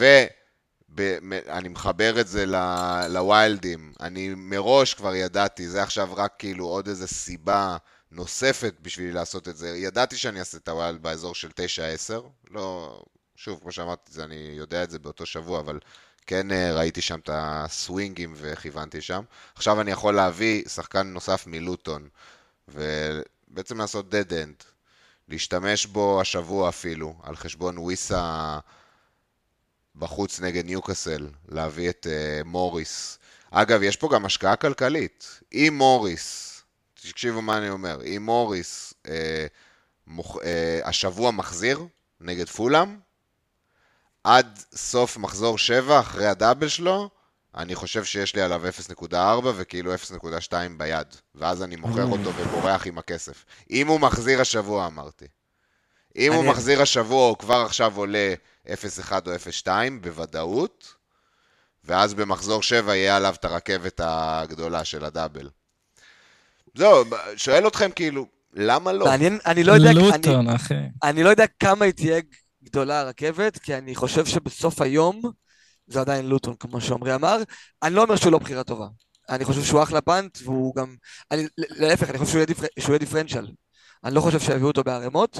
ואני מחבר את זה לווילדים, אני מראש כבר ידעתי, זה עכשיו רק כאילו עוד איזה סיבה נוספת בשביל לעשות את זה. ידעתי שאני אעשה את הווילד באזור של 9-10, לא, שוב, כמו שאמרתי, אני יודע את זה באותו שבוע, אבל כן ראיתי שם את הסווינגים וכיוונתי שם. עכשיו אני יכול להביא שחקן נוסף מלוטון, ובעצם לעשות dead end, להשתמש בו השבוע אפילו, על חשבון וויסה בחוץ נגד ניוקאסל, להביא את מוריס. אגב, יש פה גם השקעה כלכלית. אם מוריס, תקשיבו מה אני אומר, אם מוריס השבוע מחזיר נגד פולאם, עד סוף מחזור 7, אחרי הדאבל שלו, אני חושב שיש לי עליו 0.4 וכאילו 0.2 ביד, ואז אני מוכר אותו ובורח עם הכסף. אם הוא מחזיר השבוע, אמרתי. אם הוא מחזיר השבוע, הוא כבר עכשיו עולה 0.1 או 0.2 בוודאות, ואז במחזור 7 יהיה עליו את הרכבת הגדולה של הדאבל. זהו, שואל אתכם כאילו, למה לא? אני לא יודע, לוטון, אחי. אני לא יודע כמה היא תהיה גדולה הרכבת, כי אני חושב שבסוף היום זה עדיין לוטון, כמו שעומרי אמר. אני לא אומר שהוא לא בחירה טובה. אני חושב שהוא אחלה פנט, והוא גם... להפך, אני חושב שהוא יהיה דיפרנציאל. אני לא חושב שיביאו אותו בערימות,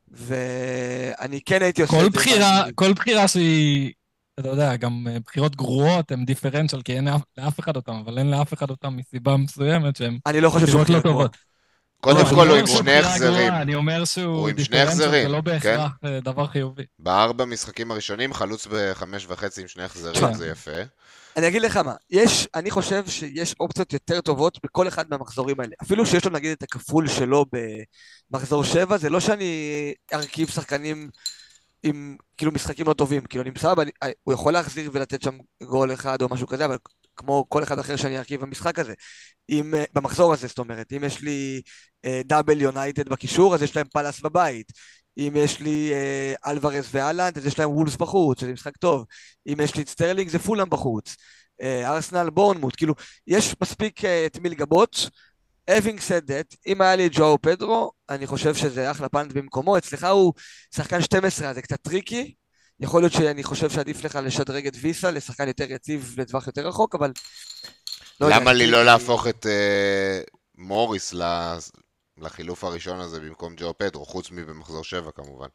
ואני כן הייתי עושה... כל בחירה שהיא, אתה יודע, גם בחירות גרועות הן דיפרנציאל, כי אין לאף אחד אותם, אבל אין לאף אחד אותם מסיבה מסוימת שהן אני לא חושב שהוא בחירות לא טובות. קודם כל הוא עם שני החזרים. אני אומר שהוא דיפרנציאל, זה לא בהכרח דבר חיובי. בארבע משחקים הראשונים, חלוץ ב5.5 עם שני החזרים, זה יפה. אני אגיד לך מה, אני חושב שיש אופציות יותר טובות בכל אחד מהמחזורים האלה. אפילו שיש לו נגיד את הכפול שלו במחזור 7, זה לא שאני ארכיב שחקנים עם כאילו משחקים לא טובים. כאילו אני מסבב, הוא יכול להחזיר ולתת שם גול אחד או משהו כזה, אבל כמו כל אחד אחר שאני ארכיב במשחק הזה. במחזור הזה, זאת אומרת, אם יש לי דאבל יונייטד בקישור, אז יש להם פלאס בבית. אם יש לי אלוורז ואלנד, אז יש להם וולס בחוץ, זה משחק טוב. אם יש לי את סטרלינג, זה פולאם בחוץ. ארסנל, בורנמוט, כאילו, יש מספיק את מי לגבות. Having said that, אם היה לי ג'ואו פדרו, אני חושב שזה אחלה פנט במקומו. אצלך הוא שחקן 12, אז זה קצת טריקי. יכול להיות שאני חושב שעדיף לך לשדרג את ויסה, לשחקן יותר יציב לטווח יותר רחוק, אבל... למה לי לא להפוך את מוריס לחילוף הראשון הזה במקום ג'ו פדרו, חוץ מבמחזור 7 כמובן.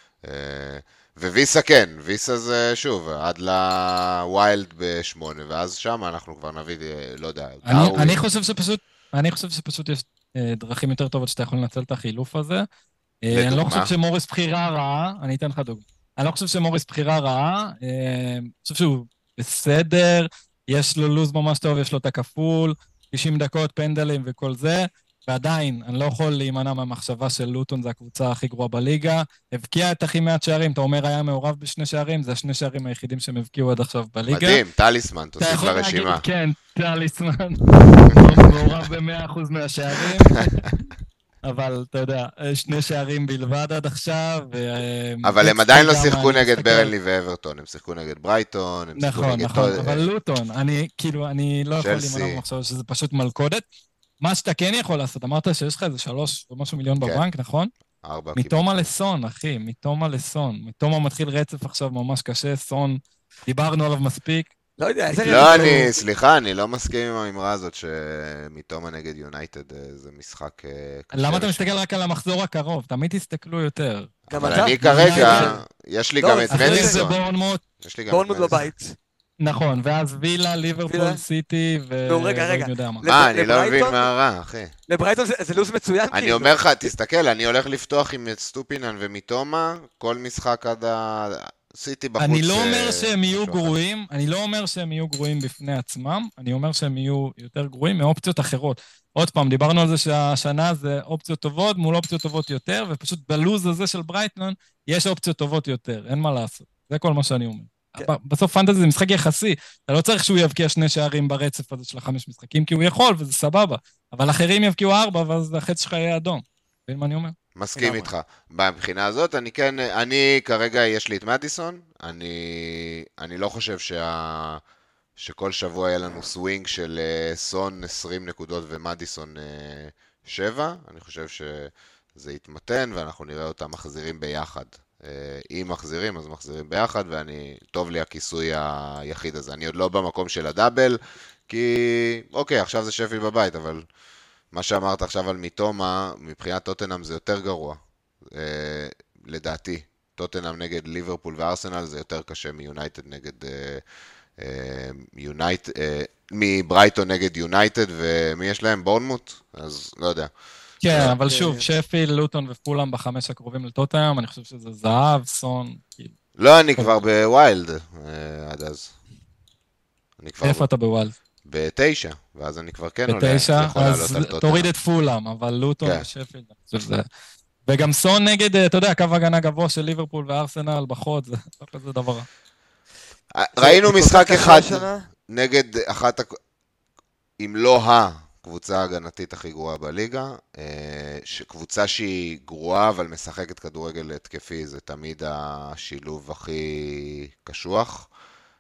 וויסה כן, ויסה זה שוב, עד לווילד ב8, ואז שם אנחנו כבר נביא, לא יודע, אני חושב שפשוט יש דרכים יותר טובות שאתה יכול לנצל את החילוף הזה. אני לא חושב שמוריס בחירה רעה, אני אתן לך דוגמה. אני לא חושב שמוריס בחירה רעה, אני חושב שהוא בסדר, יש לו לוז ממש טוב, יש לו את הכפול, 90 דקות, פנדלים וכל זה, ועדיין, אני לא יכול להימנע מהמחשבה של לוטון, זה הקבוצה הכי גרועה בליגה, הבקיע את הכי מעט שערים, אתה אומר היה מעורב בשני שערים, זה השני שערים היחידים שהם הבקיעו עד עכשיו בליגה. מדהים, טליסמן, תוסיף לרשימה. כן, טליסמן, מעורב ב100% מהשערים. אבל אתה יודע, שני שערים בלבד עד עכשיו. אבל הם עדיין לא שיחקו נגד ברנלי ואברטון, הם שיחקו נגד ברייטון, הם שיחקו נגד... נכון, אבל לוטון, אני לא יכול להימנע במחשבה שזה פשוט מלכודת. מה שאתה כן יכול לעשות, אמרת שיש לך איזה 3 או משהו מיליון בבנק, נכון? 4. מתומה לסון, אחי, מתומה לסון. מתומה מתחיל רצף עכשיו ממש קשה, סון, דיברנו עליו מספיק. לא יודע, סליחה, אני לא מסכים עם האמרה הזאת שמתומה נגד יונייטד זה משחק קשה. למה אתה מסתכל רק על המחזור הקרוב? תמיד תסתכלו יותר. אבל אני כרגע, יש לי גם את מדיסון. בורנמוט בבית. נכון, ואז וילה, ליברפול, סיטי, רגע. אני לא מבין מה רע, אחי. לברייטון זה לוז מצוין. אני אומר לך, תסתכל, אני הולך לפתוח עם סטופינן ומתומה, כל משחק עד סיטי בחוץ. אני לא אומר שהם יהיו גרועים, אני לא אומר שהם יהיו גרועים בפני עצמם, אני אומר שהם יהיו יותר גרועים מאופציות אחרות. עוד פעם, דיברנו על זה שהשנה זה אופציות טובות מול אופציות טובות יותר, ופשוט בלוז הזה של ברייטון יש אופציות טובות יותר, אין מה לעשות. זה כל מה שאני אומר. בסוף פנטזי זה משחק יחסי, אתה לא צריך שהוא יבקיע 2 שערים ברצף הזה של 5 משחקים, כי הוא יכול, וזה סבבה. אבל אחרים יבקיעו 4, ואז החץ שלך יהיה אדום. מבין מה אני אומר? מסכים לגמרי. איתך. מבחינה הזאת, אני כרגע יש לי את מדיסון, אני לא חושב שכל שבוע יהיה לנו סווינג של סון 20 נקודות ומדיסון 7, אני חושב שזה יתמתן ואנחנו נראה אותם מחזירים ביחד. אם מחזירים, אז מחזירים ביחד, טוב לי הכיסוי היחיד הזה. אני עוד לא במקום של הדאבל, כי אוקיי, עכשיו זה שפי בבית, אבל מה שאמרת עכשיו על מיטומה, מבחינת טוטנהאם זה יותר גרוע. לדעתי, טוטנהאם נגד ליברפול וארסנל זה יותר קשה מיונייטד נגד מברייטון נגד יונייטד, ומי יש להם? בורנמוט? אז לא יודע. כן, אבל שוב, שפיל, לוטון ופולאם בחמש הקרובים לטוטנהאם, אני חושב שזה זהב, סון, כאילו. לא, אני כבר בוויילד עד אז. איפה אתה בוויילד? ב9, ואז אני כבר כן עולה, ב9, יכול לעלות אז על טוטנהאם. תוריד את פולאם, אבל לוטון ושפיל, אני חושב שזה... וגם סון נגד, אתה יודע, קו הגנה גבוה של ליברפול וארסנל בחוד, זה לא כזה דבר. ראינו משחק אחד נגד אחת, אם לא הקבוצה ההגנתית הכי גרועה בליגה, שקבוצה שהיא גרועה אבל משחקת כדורגל התקפי, זה תמיד השילוב הכי קשוח.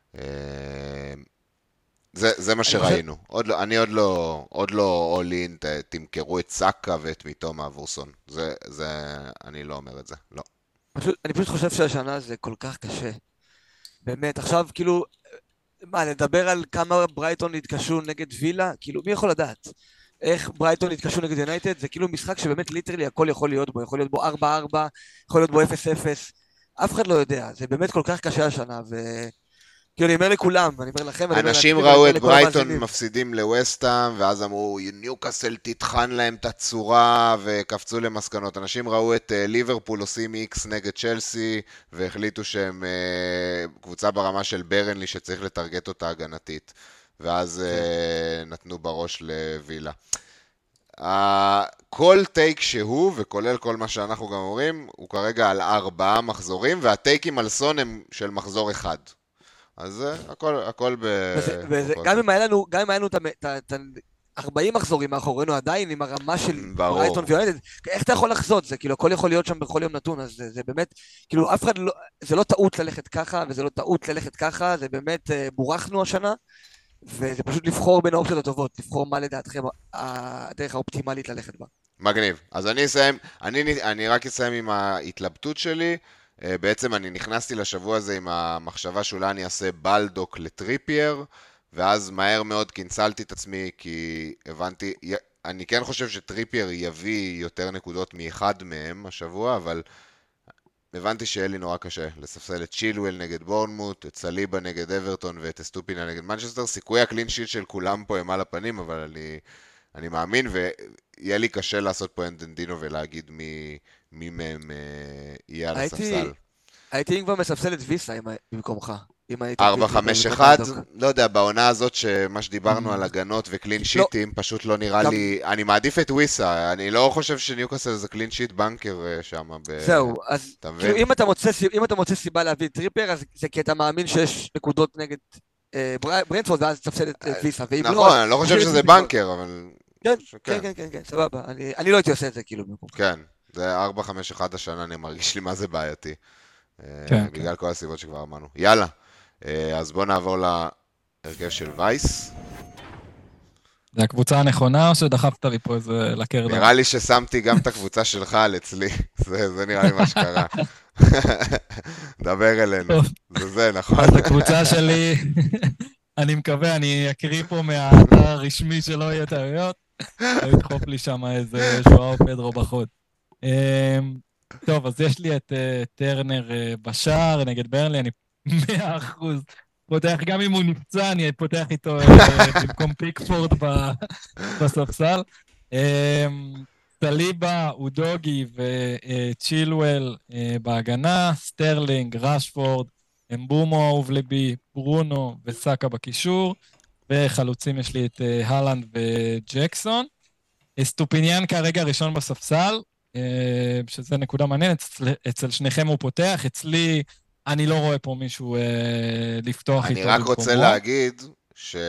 זה מה שראינו. אני עוד לא all in, תמכרו את סאקה ואת מיטומה עבור סון. אני לא אומר את זה, לא. אני פשוט חושב שהשנה זה כל כך קשה. באמת, עכשיו כאילו, לדבר על כמה ברייטון התקשו נגד וילה, כאילו, מי יכול לדעת? איך ברייטון התקשו נגד יונייטד? זה כאילו משחק שבאמת ליטרלי הכל יכול להיות בו, יכול להיות בו 4-4, יכול להיות בו 0-0, אף אחד לא יודע, זה באמת כל כך קשה השנה, כאילו, אני אומר לכולם, אני אומר לכם, אנשים ראו את ברייטון מפסידים לווסטהאם, ואז אמרו, ניוקאסל תטחן להם את הצורה, וקפצו למסקנות. אנשים ראו את ליברפול עושים איקס נגד צ'לסי, והחליטו שהם קבוצה ברמה של ברנלי, שצריך לטרגט אותה הגנתית. ואז נתנו בראש לווילה. כל טייק שהוא, וכולל כל מה שאנחנו גם אומרים, הוא כרגע על 4 מחזורים, והטייקים על סון הם של מחזור אחד. אז הכל גם אם היה לנו את 40 מחזורים מאחורינו עדיין עם הרמה של ברייטון ויונייטד, איך אתה יכול לחזות? זה כאילו הכל יכול להיות שם בכל יום נתון, אז זה באמת, כאילו אף אחד לא, זה לא טעות ללכת ככה, וזה לא טעות ללכת ככה, זה באמת בורחנו השנה, וזה פשוט לבחור בין האופציות הטובות, לבחור מה לדעתכם הדרך האופטימלית ללכת בה. מגניב. אז אני רק אסיים עם ההתלבטות שלי. בעצם אני נכנסתי לשבוע הזה עם המחשבה שאולי אני אעשה בלדוק לטריפייר, ואז מהר מאוד קינצלתי את עצמי, כי הבנתי, אני כן חושב שטריפייר יביא יותר נקודות מאחד מהם השבוע, אבל הבנתי שיהיה לי נורא קשה לספסל את צ'ילואל נגד בורנמוט, את סליבה נגד אברטון ואת אסטופינה נגד מנצ'סטר. סיכוי הקלין שיט של כולם פה הם על הפנים, אבל אני מאמין, ויהיה לי קשה לעשות פה אנדנדינו ולהגיד מי מהם יהיה על הספסל. הייתי כבר מספסל את ויסה במקומך. 4-5-1, לא יודע, בעונה הזאת שמה שדיברנו על הגנות וקלין שיטים, פשוט לא נראה לי, אני מעדיף את ויסה, אני לא חושב שניוקאסל זה קלין שיט בנקר שם. זהו, אז אם אתה מוצא סיבה להביא טריפר, אז זה כי אתה מאמין שיש נקודות נגד ברנטפורד, ואז תפסל את ויסה. נכון, אני לא חושב שזה בנקר, אבל... כן, סבבה, אני לא הייתי עושה את זה כאילו. כן, זה 4-5-1 השנה, אני מרגיש לי מה זה בעייתי. בגלל כל הסיבות שכבר אמרנו. יאללה, אז בואו נעבור להרכב של וייס. זה הקבוצה הנכונה או שדחפת לי פה איזה לקרדה? נראה לי ששמתי גם את הקבוצה שלך על אצלי, זה נראה לי מה שקרה. דבר אלינו, זה נכון. אז הקבוצה שלי, אני מקווה, אני אקריא פה מהאתר הרשמי שלא יהיה טעויות, לא ידחוף לי שם איזה שואו פדרו בחוד. טוב, אז יש לי את טרנר בשער נגד ברנלי, אני 100% פותח, גם אם הוא נפצע, אני פותח איתו במקום פיקפורד בספסל. סליבה, אודוגי וצ'ילואל בהגנה, סטרלינג, רשפורד, אמבומו אהוב ליבי, ברונו וסאקה בקישור, וחלוצים יש לי את הלנד וג'קסון. סטופיניאן כרגע ראשון בספסל, שזה נקודה מעניינת, אצל שניכם הוא פותח, אצלי אני לא רואה פה מישהו לפתוח איתו במקומו. אני רק רוצה להגיד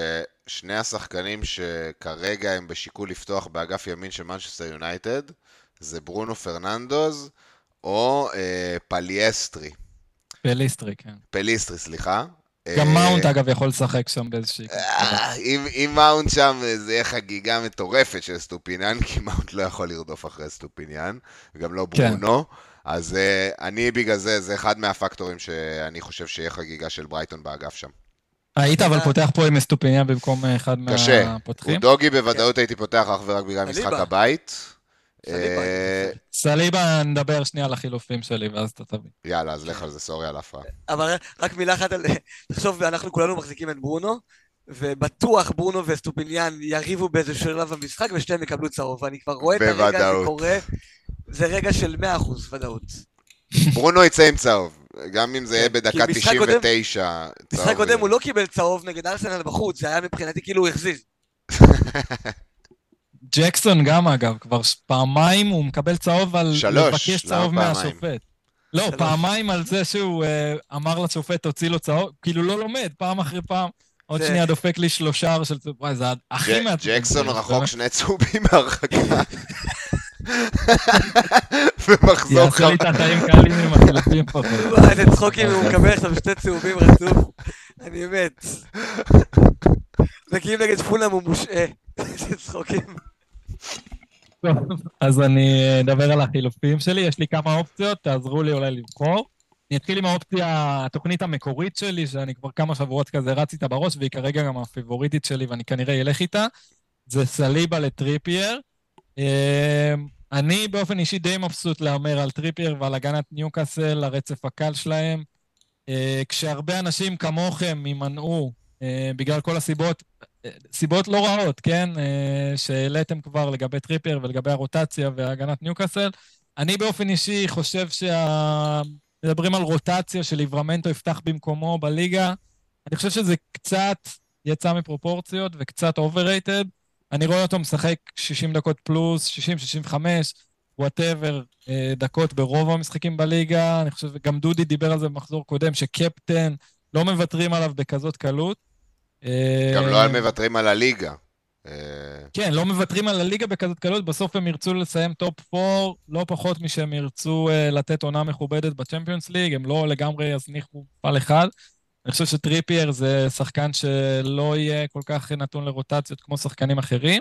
ששני השחקנים שכרגע הם בשיקול לפתוח באגף ימין של מנצ'סטר יונייטד, זה ברונו פרננדוז או פליאסטרי. פליסטרי, סליחה. גם מאונט אגב יכול לשחק שם באיזושהי... אם מאונט שם זה יהיה חגיגה מטורפת של סטופיניאן, כי מאונט לא יכול לרדוף אחרי סטופיניאן, וגם לא ברונו. אז אני בגלל זה אחד מהפקטורים שאני חושב שיהיה חגיגה של ברייטון באגף שם. היית אבל פותח פה עם סטופיניאן במקום אחד מהפותחים? קשה, דוגי בוודאות הייתי פותח אך ורק בגלל משחק הבית. סליבה, נדבר שנייה על החילופים שלי, ואז אתה תבין. יאללה, אז לך על זה, סורי על ההפרעה. אבל רק מילה אחת על... תחשוב, אנחנו כולנו מחזיקים את ברונו, ובטוח ברונו וסטופיניאן יריבו באיזה שלב במשחק, ושתיהם יקבלו צהוב, ואני כבר רואה את הרגע הזה קורה, זה רגע של 100% ודאות. ברונו יצא עם צהוב, גם אם זה יהיה בדקה 99. משחק קודם הוא לא קיבל צהוב נגד ארסנל בחוץ, זה היה מבחינתי כאילו הוא החזיר. ג'קסון גם אגב, כבר פעמיים הוא מקבל צהוב על לבקש צהוב מהשופט. לא, פעמיים על זה שהוא אמר לשופט תוציא לו צהוב, כאילו לא לומד, פעם אחרי פעם, עוד שנייה דופק לי 3 של צהוב, וואי, זה הכי מעצבן. ג'קסון רחוק 2 צהובים מהרחקה. ומחזור יעשה לי את החיים קלים עם החילופים פה. וואי, זה צחוקים, הוא מקבל עכשיו 2 צהובים רצוף. אני מת. וכי אם נגד פולאם הוא מושעה. זה צחוקים. אז אני אדבר על החילופים שלי, יש לי כמה אופציות, תעזרו לי אולי לבחור. אני אתחיל עם האופציה, התוכנית המקורית שלי, שאני כבר כמה שבועות כזה רץ איתה בראש, והיא כרגע גם הפיבוריטית שלי, ואני כנראה אלך איתה. זה סליבה לטריפייר. אני באופן אישי די מבסוט להמר על טריפייר ועל הגנת ניוקאסל, הרצף הקל שלהם. כשהרבה אנשים כמוכם יימנעו, בגלל כל הסיבות, סיבות לא רעות, כן? שהעליתם כבר לגבי טריפייר ולגבי הרוטציה והגנת ניוקאסל. אני באופן אישי חושב מדברים על רוטציה של ליברמנטו יפתח במקומו בליגה. אני חושב שזה קצת יצא מפרופורציות וקצת overrated. אני רואה אותו משחק 60 דקות פלוס, 60, 65, whatever, דקות ברוב המשחקים בליגה. אני חושב, גם דודי דיבר על זה במחזור קודם, שקפטן לא מוותרים עליו בכזאת קלות. גם לא מוותרים על הליגה. כן, לא מוותרים על הליגה בכזאת קלות, בסוף הם ירצו לסיים טופ 4, לא פחות משהם ירצו לתת עונה מכובדת בצ'מפיונס ליג, הם לא לגמרי יזניחו פעל אחד. אני חושב שטריפייר זה שחקן שלא יהיה כל כך נתון לרוטציות כמו שחקנים אחרים,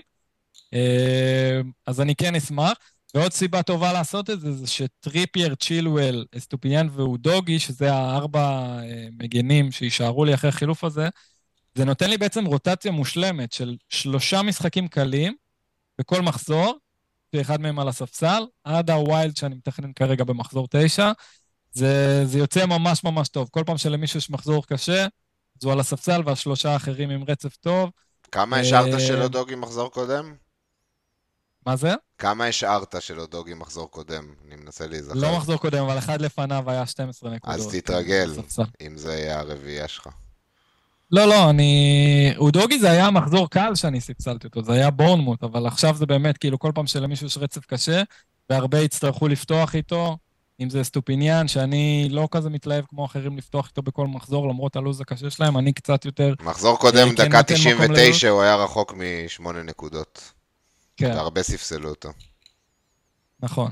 אז אני כן אשמח. ועוד סיבה טובה לעשות את זה, זה שטריפייר, צ'ילואל, סטופיניאן ואודוגי, שזה 4 מגנים שישארו לי אחרי החילוף הזה, זה נותן לי בעצם רוטציה מושלמת של 3 משחקים קלים בכל מחזור, ואחד מהם על הספסל, עד הווילד שאני מתכנן כרגע במחזור 9, זה יוצא ממש ממש טוב. כל פעם שלמישהו יש מחזור קשה, זו על הספסל, וה3 האחרים עם רצף טוב. כמה השארת של אודוגי מחזור קודם? מה זה? כמה השארת של אודוגי מחזור קודם? אני מנסה להיזכר. לא מחזור קודם, אבל אחד לפניו היה 12 נקודות. אז תתרגל, אם זה יהיה הרביעייה שלך. לא, אודוגי זה היה מחזור קל שאני ספסלתי אותו, זה היה בורנמוט, אבל עכשיו זה באמת, כאילו כל פעם שלמישהו יש רצף קשה, והרבה יצטרכו לפתוח איתו, אם זה סטופיניאן, שאני לא כזה מתלהב כמו אחרים לפתוח איתו בכל מחזור, למרות הלוז הקשה שלהם, אני קצת יותר... מחזור קודם, דקה 99, הוא היה רחוק מ8 נקודות. כן. והרבה ספסלו אותו. נכון.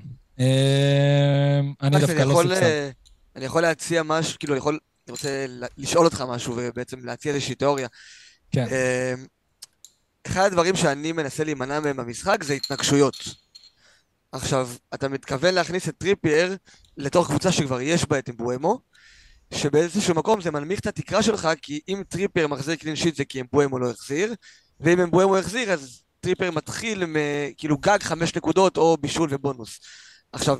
אני דווקא לא ספסל. אני יכול להציע משהו, כאילו, אני רוצה לשאול אותך משהו, ובעצם להציע איזושהי תיאוריה. כן. אחד הדברים שאני מנסה להימנע מהם במשחק, זה התנגשויות. עכשיו, אתה מתכוון להכניס את טריפייר לתוך קבוצה שכבר יש בה את אמבואמו, שבאיזשהו מקום זה מנמיך את התקרה שלך, כי אם טריפייר מחזיר קלין שיט זה כי אמבואמו לא החזיר, ואם אמבואמו החזיר, אז טריפייר מתחיל כאילו גג 5 נקודות או בישול ובונוס. עכשיו,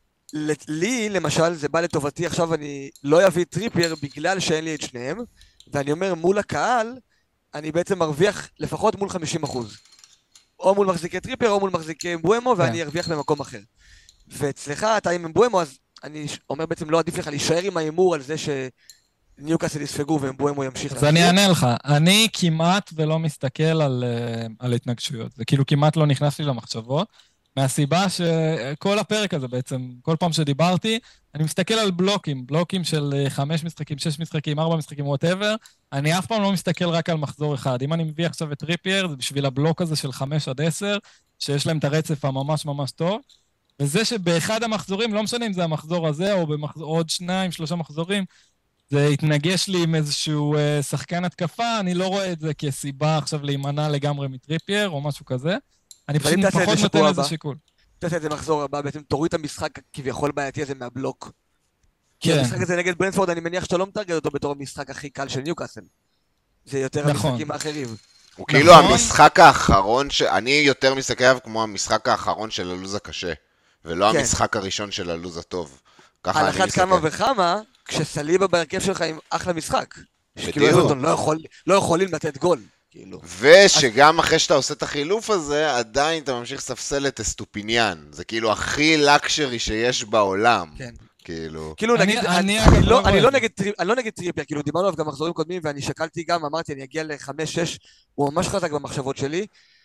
לי למשל זה בא לטובתי, עכשיו אני לא אביא טריפייר בגלל שאין לי את שניהם, ואני אומר מול הקהל, אני בעצם מרוויח לפחות מול 50%. או מול מחזיקי טריפייר או מול מחזיקי אמבואמו, ואני ארוויח במקום אחר. ואצלך אתה עם אמבואמו, אז אני אומר בעצם לא עדיף לך להישאר עם האמור על זה שניוקאסל יספגו ואמבואמו ימשיך. אז אני אענה לך, אני כמעט ולא מסתכל על התנגשויות, זה כאילו כמעט לא נכנס לי למחשבות, מהסיבה שכל הפרק הזה בעצם, כל פעם שדיברתי, אני מסתכל על בלוקים של 5 משחקים, 6 משחקים, 4 משחקים, whatever, אני אף פעם לא מסתכל רק על מחזור אחד. אם אני מביא עכשיו את טריפייר, זה בשביל הבלוק הזה של 5 עד 10, שיש להם את הרצף הממש ממש טוב, וזה שבאחד המחזורים, לא משנה אם זה המחזור הזה או עוד 2-3 מחזורים, זה התנגש לי עם איזשהו שחקן התקפה, אני לא רואה את זה כסיבה עכשיו להימנע לגמרי מטריפייר או משהו כזה. אני אבל פשוט אם תעשה את פחות זה נותן שבוע לזה הבא, שיקול. תעשה את זה מחזור הבא, בעצם תוריד את המשחק כביכול בעייתי הזה מהבלוק. כי כן, המשחק הזה נגד ברנפורד, אני מניח שאתה לא מתרגל אותו בתור המשחק הכי קל של ניוקאסל. זה יותר נכון. המשחקים האחרים. הוא כאילו נכון. המשחק האחרון, אני יותר מסתכל עליו כמו המשחק האחרון של הלוז הקשה, ולא כן. המשחק הראשון של הלוז הטוב. ככה על אני אחת מסתכל. כמה וכמה, כשסליבה בהרכב שלך עם אחלה משחק. שכאילו בדיוק. אברטון לא יכולים לתת גול. כאילו. ושגם אחרי שאתה עושה את החילוף הזה, עדיין אתה ממשיך לספסל את אסטופיניאן. זה כאילו הכי לקשרי שיש בעולם. כן. כאילו נגיד, אני אני לא נגד טריפייר, כאילו דיברנו עליו גם מחזורים קודמים, ואני שקלתי גם, אמרתי, אני אגיע ל5-6, הוא ממש חזק במחשבות שלי,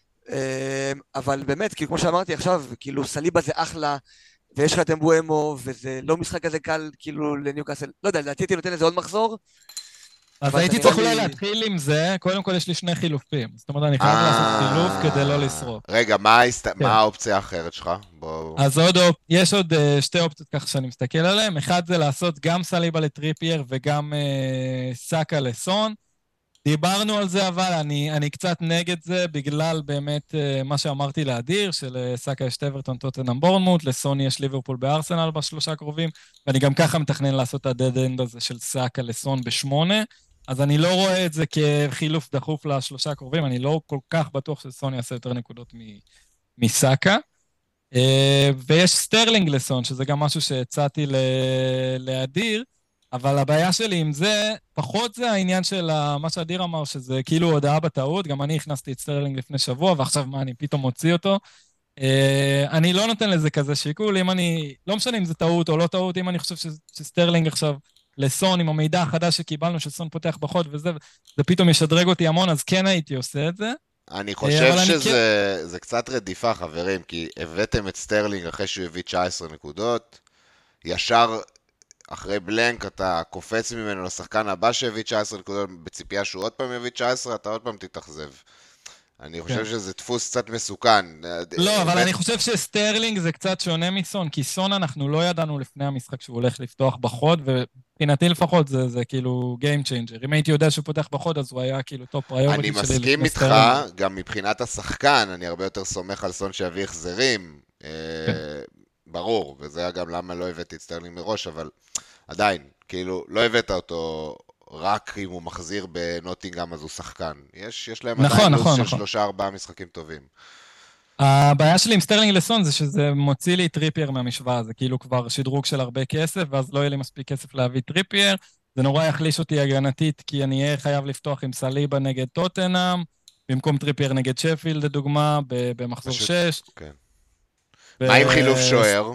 אבל באמת, כאילו כמו שאמרתי עכשיו, כאילו סליבה זה אחלה, ויש לך את אמבואמו, וזה לא משחק כזה קל, כאילו לניוקאסל, לא יודע, לדעתי הייתי נותן לזה עוד מחזור. אז הייתי צריך אולי להתחיל עם זה, קודם כל יש לי 2 חילופים, זאת אומרת אני חייב לעשות חילוף כדי לא לשרוף. רגע, מה האופציה האחרת שלך? אז יש עוד 2 אופציות ככה שאני מסתכל עליהן, אחד זה לעשות גם סליבה לטריפייר וגם סאקה לסון, דיברנו על זה, אבל אני קצת נגד זה, בגלל באמת מה שאמרתי לאדיר, שלסאקה יש אברטון, טוטנהאם, בורנמוט, לסוני יש ליברפול בארסנל ב3 הקרובים, ואני גם ככה מתכנן לעשות את הדד אנד הזה של סאקה לסון ב8, אז אני לא רואה את זה כחילוף דחוף ל3 הקרובים, אני לא כל כך בטוח שסוני יעשה יותר נקודות מסאקה. ויש סטרלינג לסון, שזה גם משהו שהצעתי לאדיר, אבל הבעיה שלי עם זה, פחות זה העניין של מה שאדיר אמר, שזה כאילו הודעה בטעות, גם אני הכנסתי את סטרלינג לפני שבוע, ועכשיו מה, אני פתאום מוציא אותו. אני לא נותן לזה כזה שיקול, לא משנה אם זה טעות או לא טעות, אם אני חושב שסטרלינג עכשיו לסון, עם המידע החדש שקיבלנו, שסון פותח בחוד וזה, זה פתאום ישדרג אותי המון, אז כן הייתי עושה את זה. אני חושב שזה קצת רדיפה, חברים, כי הבאתם את סטרלינג אחרי שהוא הביא 19 נקודות, ישר אחרי בלנק אתה קופץ ממנו לשחקן הבא שהביא 19 נקודות, בציפייה שהוא עוד פעם יביא 19, אתה עוד פעם תתאכזב. אני חושב שזה דפוס קצת מסוכן. לא, אבל אני חושב שסטרלינג זה קצת שונה מסון, כי סון אנחנו לא ידענו לפני המשחק שהוא הולך לפתוח בחוד, ובחינתי לפחות זה כאילו Game Changer. אם הייתי יודע שהוא פותח בחוד, אז הוא היה כאילו טופ פריוריטי שלי. אני מסכים איתך, גם מבחינת השחקן, אני הרבה יותר סומך על סון שיביא החזרים. ברור, וזה היה גם למה לא הבאתי את סטרלינג מראש, אבל עדיין, כאילו, לא הבאת אותו רק אם הוא מחזיר בנוטינגהאם אז הוא שחקן. יש להם עדיין לו"ז של 3-4 משחקים טובים. הבעיה שלי עם סטרלינג לסון זה שזה מוציא לי טריפייר מהמשוואה, זה כאילו כבר שדרוג של הרבה כסף, ואז לא יהיה לי מספיק כסף להביא טריפייר, זה נורא יחליש אותי הגנתית, כי אני אהיה חייב לפתוח עם סליבה נגד טוטנהאם, במקום טריפייר נגד שפילד, לדוגמה, במחזור 6. כן. מה עם חילוף שוער?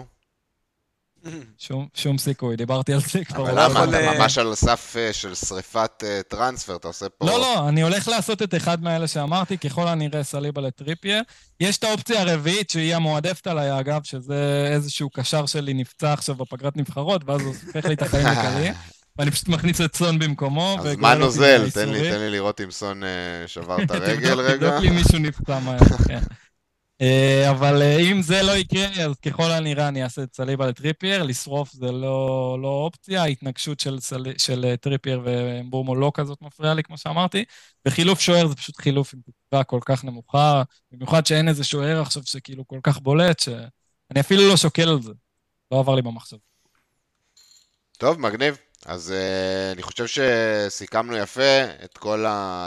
שום סיכוי, דיברתי על זה כבר. אבל למה? אתה ממש על סף של שריפת טרנספר, אתה עושה פה... לא, אני הולך לעשות את אחד מהאלה שאמרתי, ככל הנראה סליבה לטריפייר. יש את האופציה הרביעית, שהיא המועדפת עליי, אגב, שזה איזשהו קשר שלי נפצע עכשיו בפגרת נבחרות, ואז הוא הופך לי את החיים לקלים, ואני פשוט מכניס את סון במקומו. אז מה נוזל? תן לי לראות אם סון שבר את הרגל רגע. תבדוק לי מישהו נפצע מהר, כן. אבל אם זה לא יקרה, אז ככל הנראה אני אעשה את סליבה לטריפייר, לשרוף זה לא אופציה, ההתנגשות של טריפייר ובורמו לא כזאת מפריעה לי, כמו שאמרתי, וחילוף שוער זה פשוט חילוף עם תקווה כל כך נמוכה, במיוחד שאין איזה שוער עכשיו שכאילו כל כך בולט, שאני אפילו לא שוקל על זה, לא עבר לי במחשב. טוב, מגניב. אז אני חושב שסיכמנו יפה את כל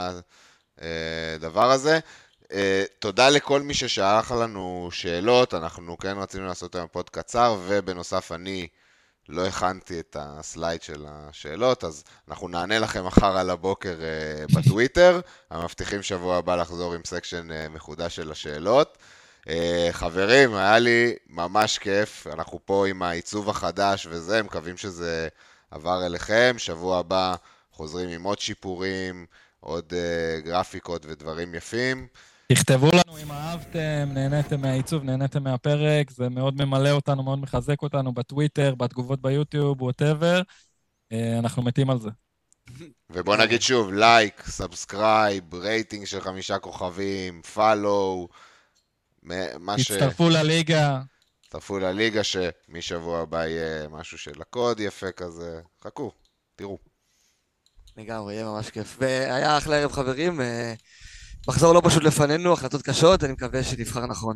הדבר הזה. תודה לכל מי ששלח לנו שאלות, אנחנו כן רצינו לעשות היום פוד קצר, ובנוסף אני לא הכנתי את הסלייד של השאלות, אז אנחנו נענה לכם מחר על הבוקר בטוויטר, המבטיחים שבוע הבא לחזור עם סקשן מחודש של השאלות. חברים, היה לי ממש כיף, אנחנו פה עם העיצוב החדש וזה, מקווים שזה עבר אליכם, שבוע הבא חוזרים עם עוד שיפורים, עוד גרפיקות ודברים יפים. תכתבו לנו אם אהבתם, נהניתם מהעיצוב, נהניתם מהפרק, זה מאוד ממלא אותנו, מאוד מחזק אותנו בטוויטר, בתגובות ביוטיוב, whatever, אנחנו מתים על זה. ובוא נגיד שוב, לייק, סאבסקרייב, רייטינג של 5 כוכבים, פאלו, תצטרפו לליגה. תצטרפו לליגה שמשבוע הבא יהיה משהו של הקוד יפה כזה, חכו, תראו. לגמרי, יהיה ממש כיף. והיה אחלה ערב חברים, מחזור לא פשוט לפנינו, החלטות קשות, אני מקווה שנבחר נכון.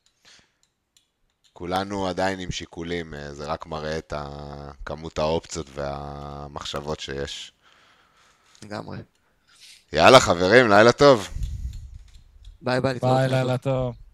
כולנו עדיין עם שיקולים, זה רק מראה את כמות האופציות והמחשבות שיש. לגמרי. יאללה חברים, לילה טוב. ביי ביי, ביי, לילה טוב.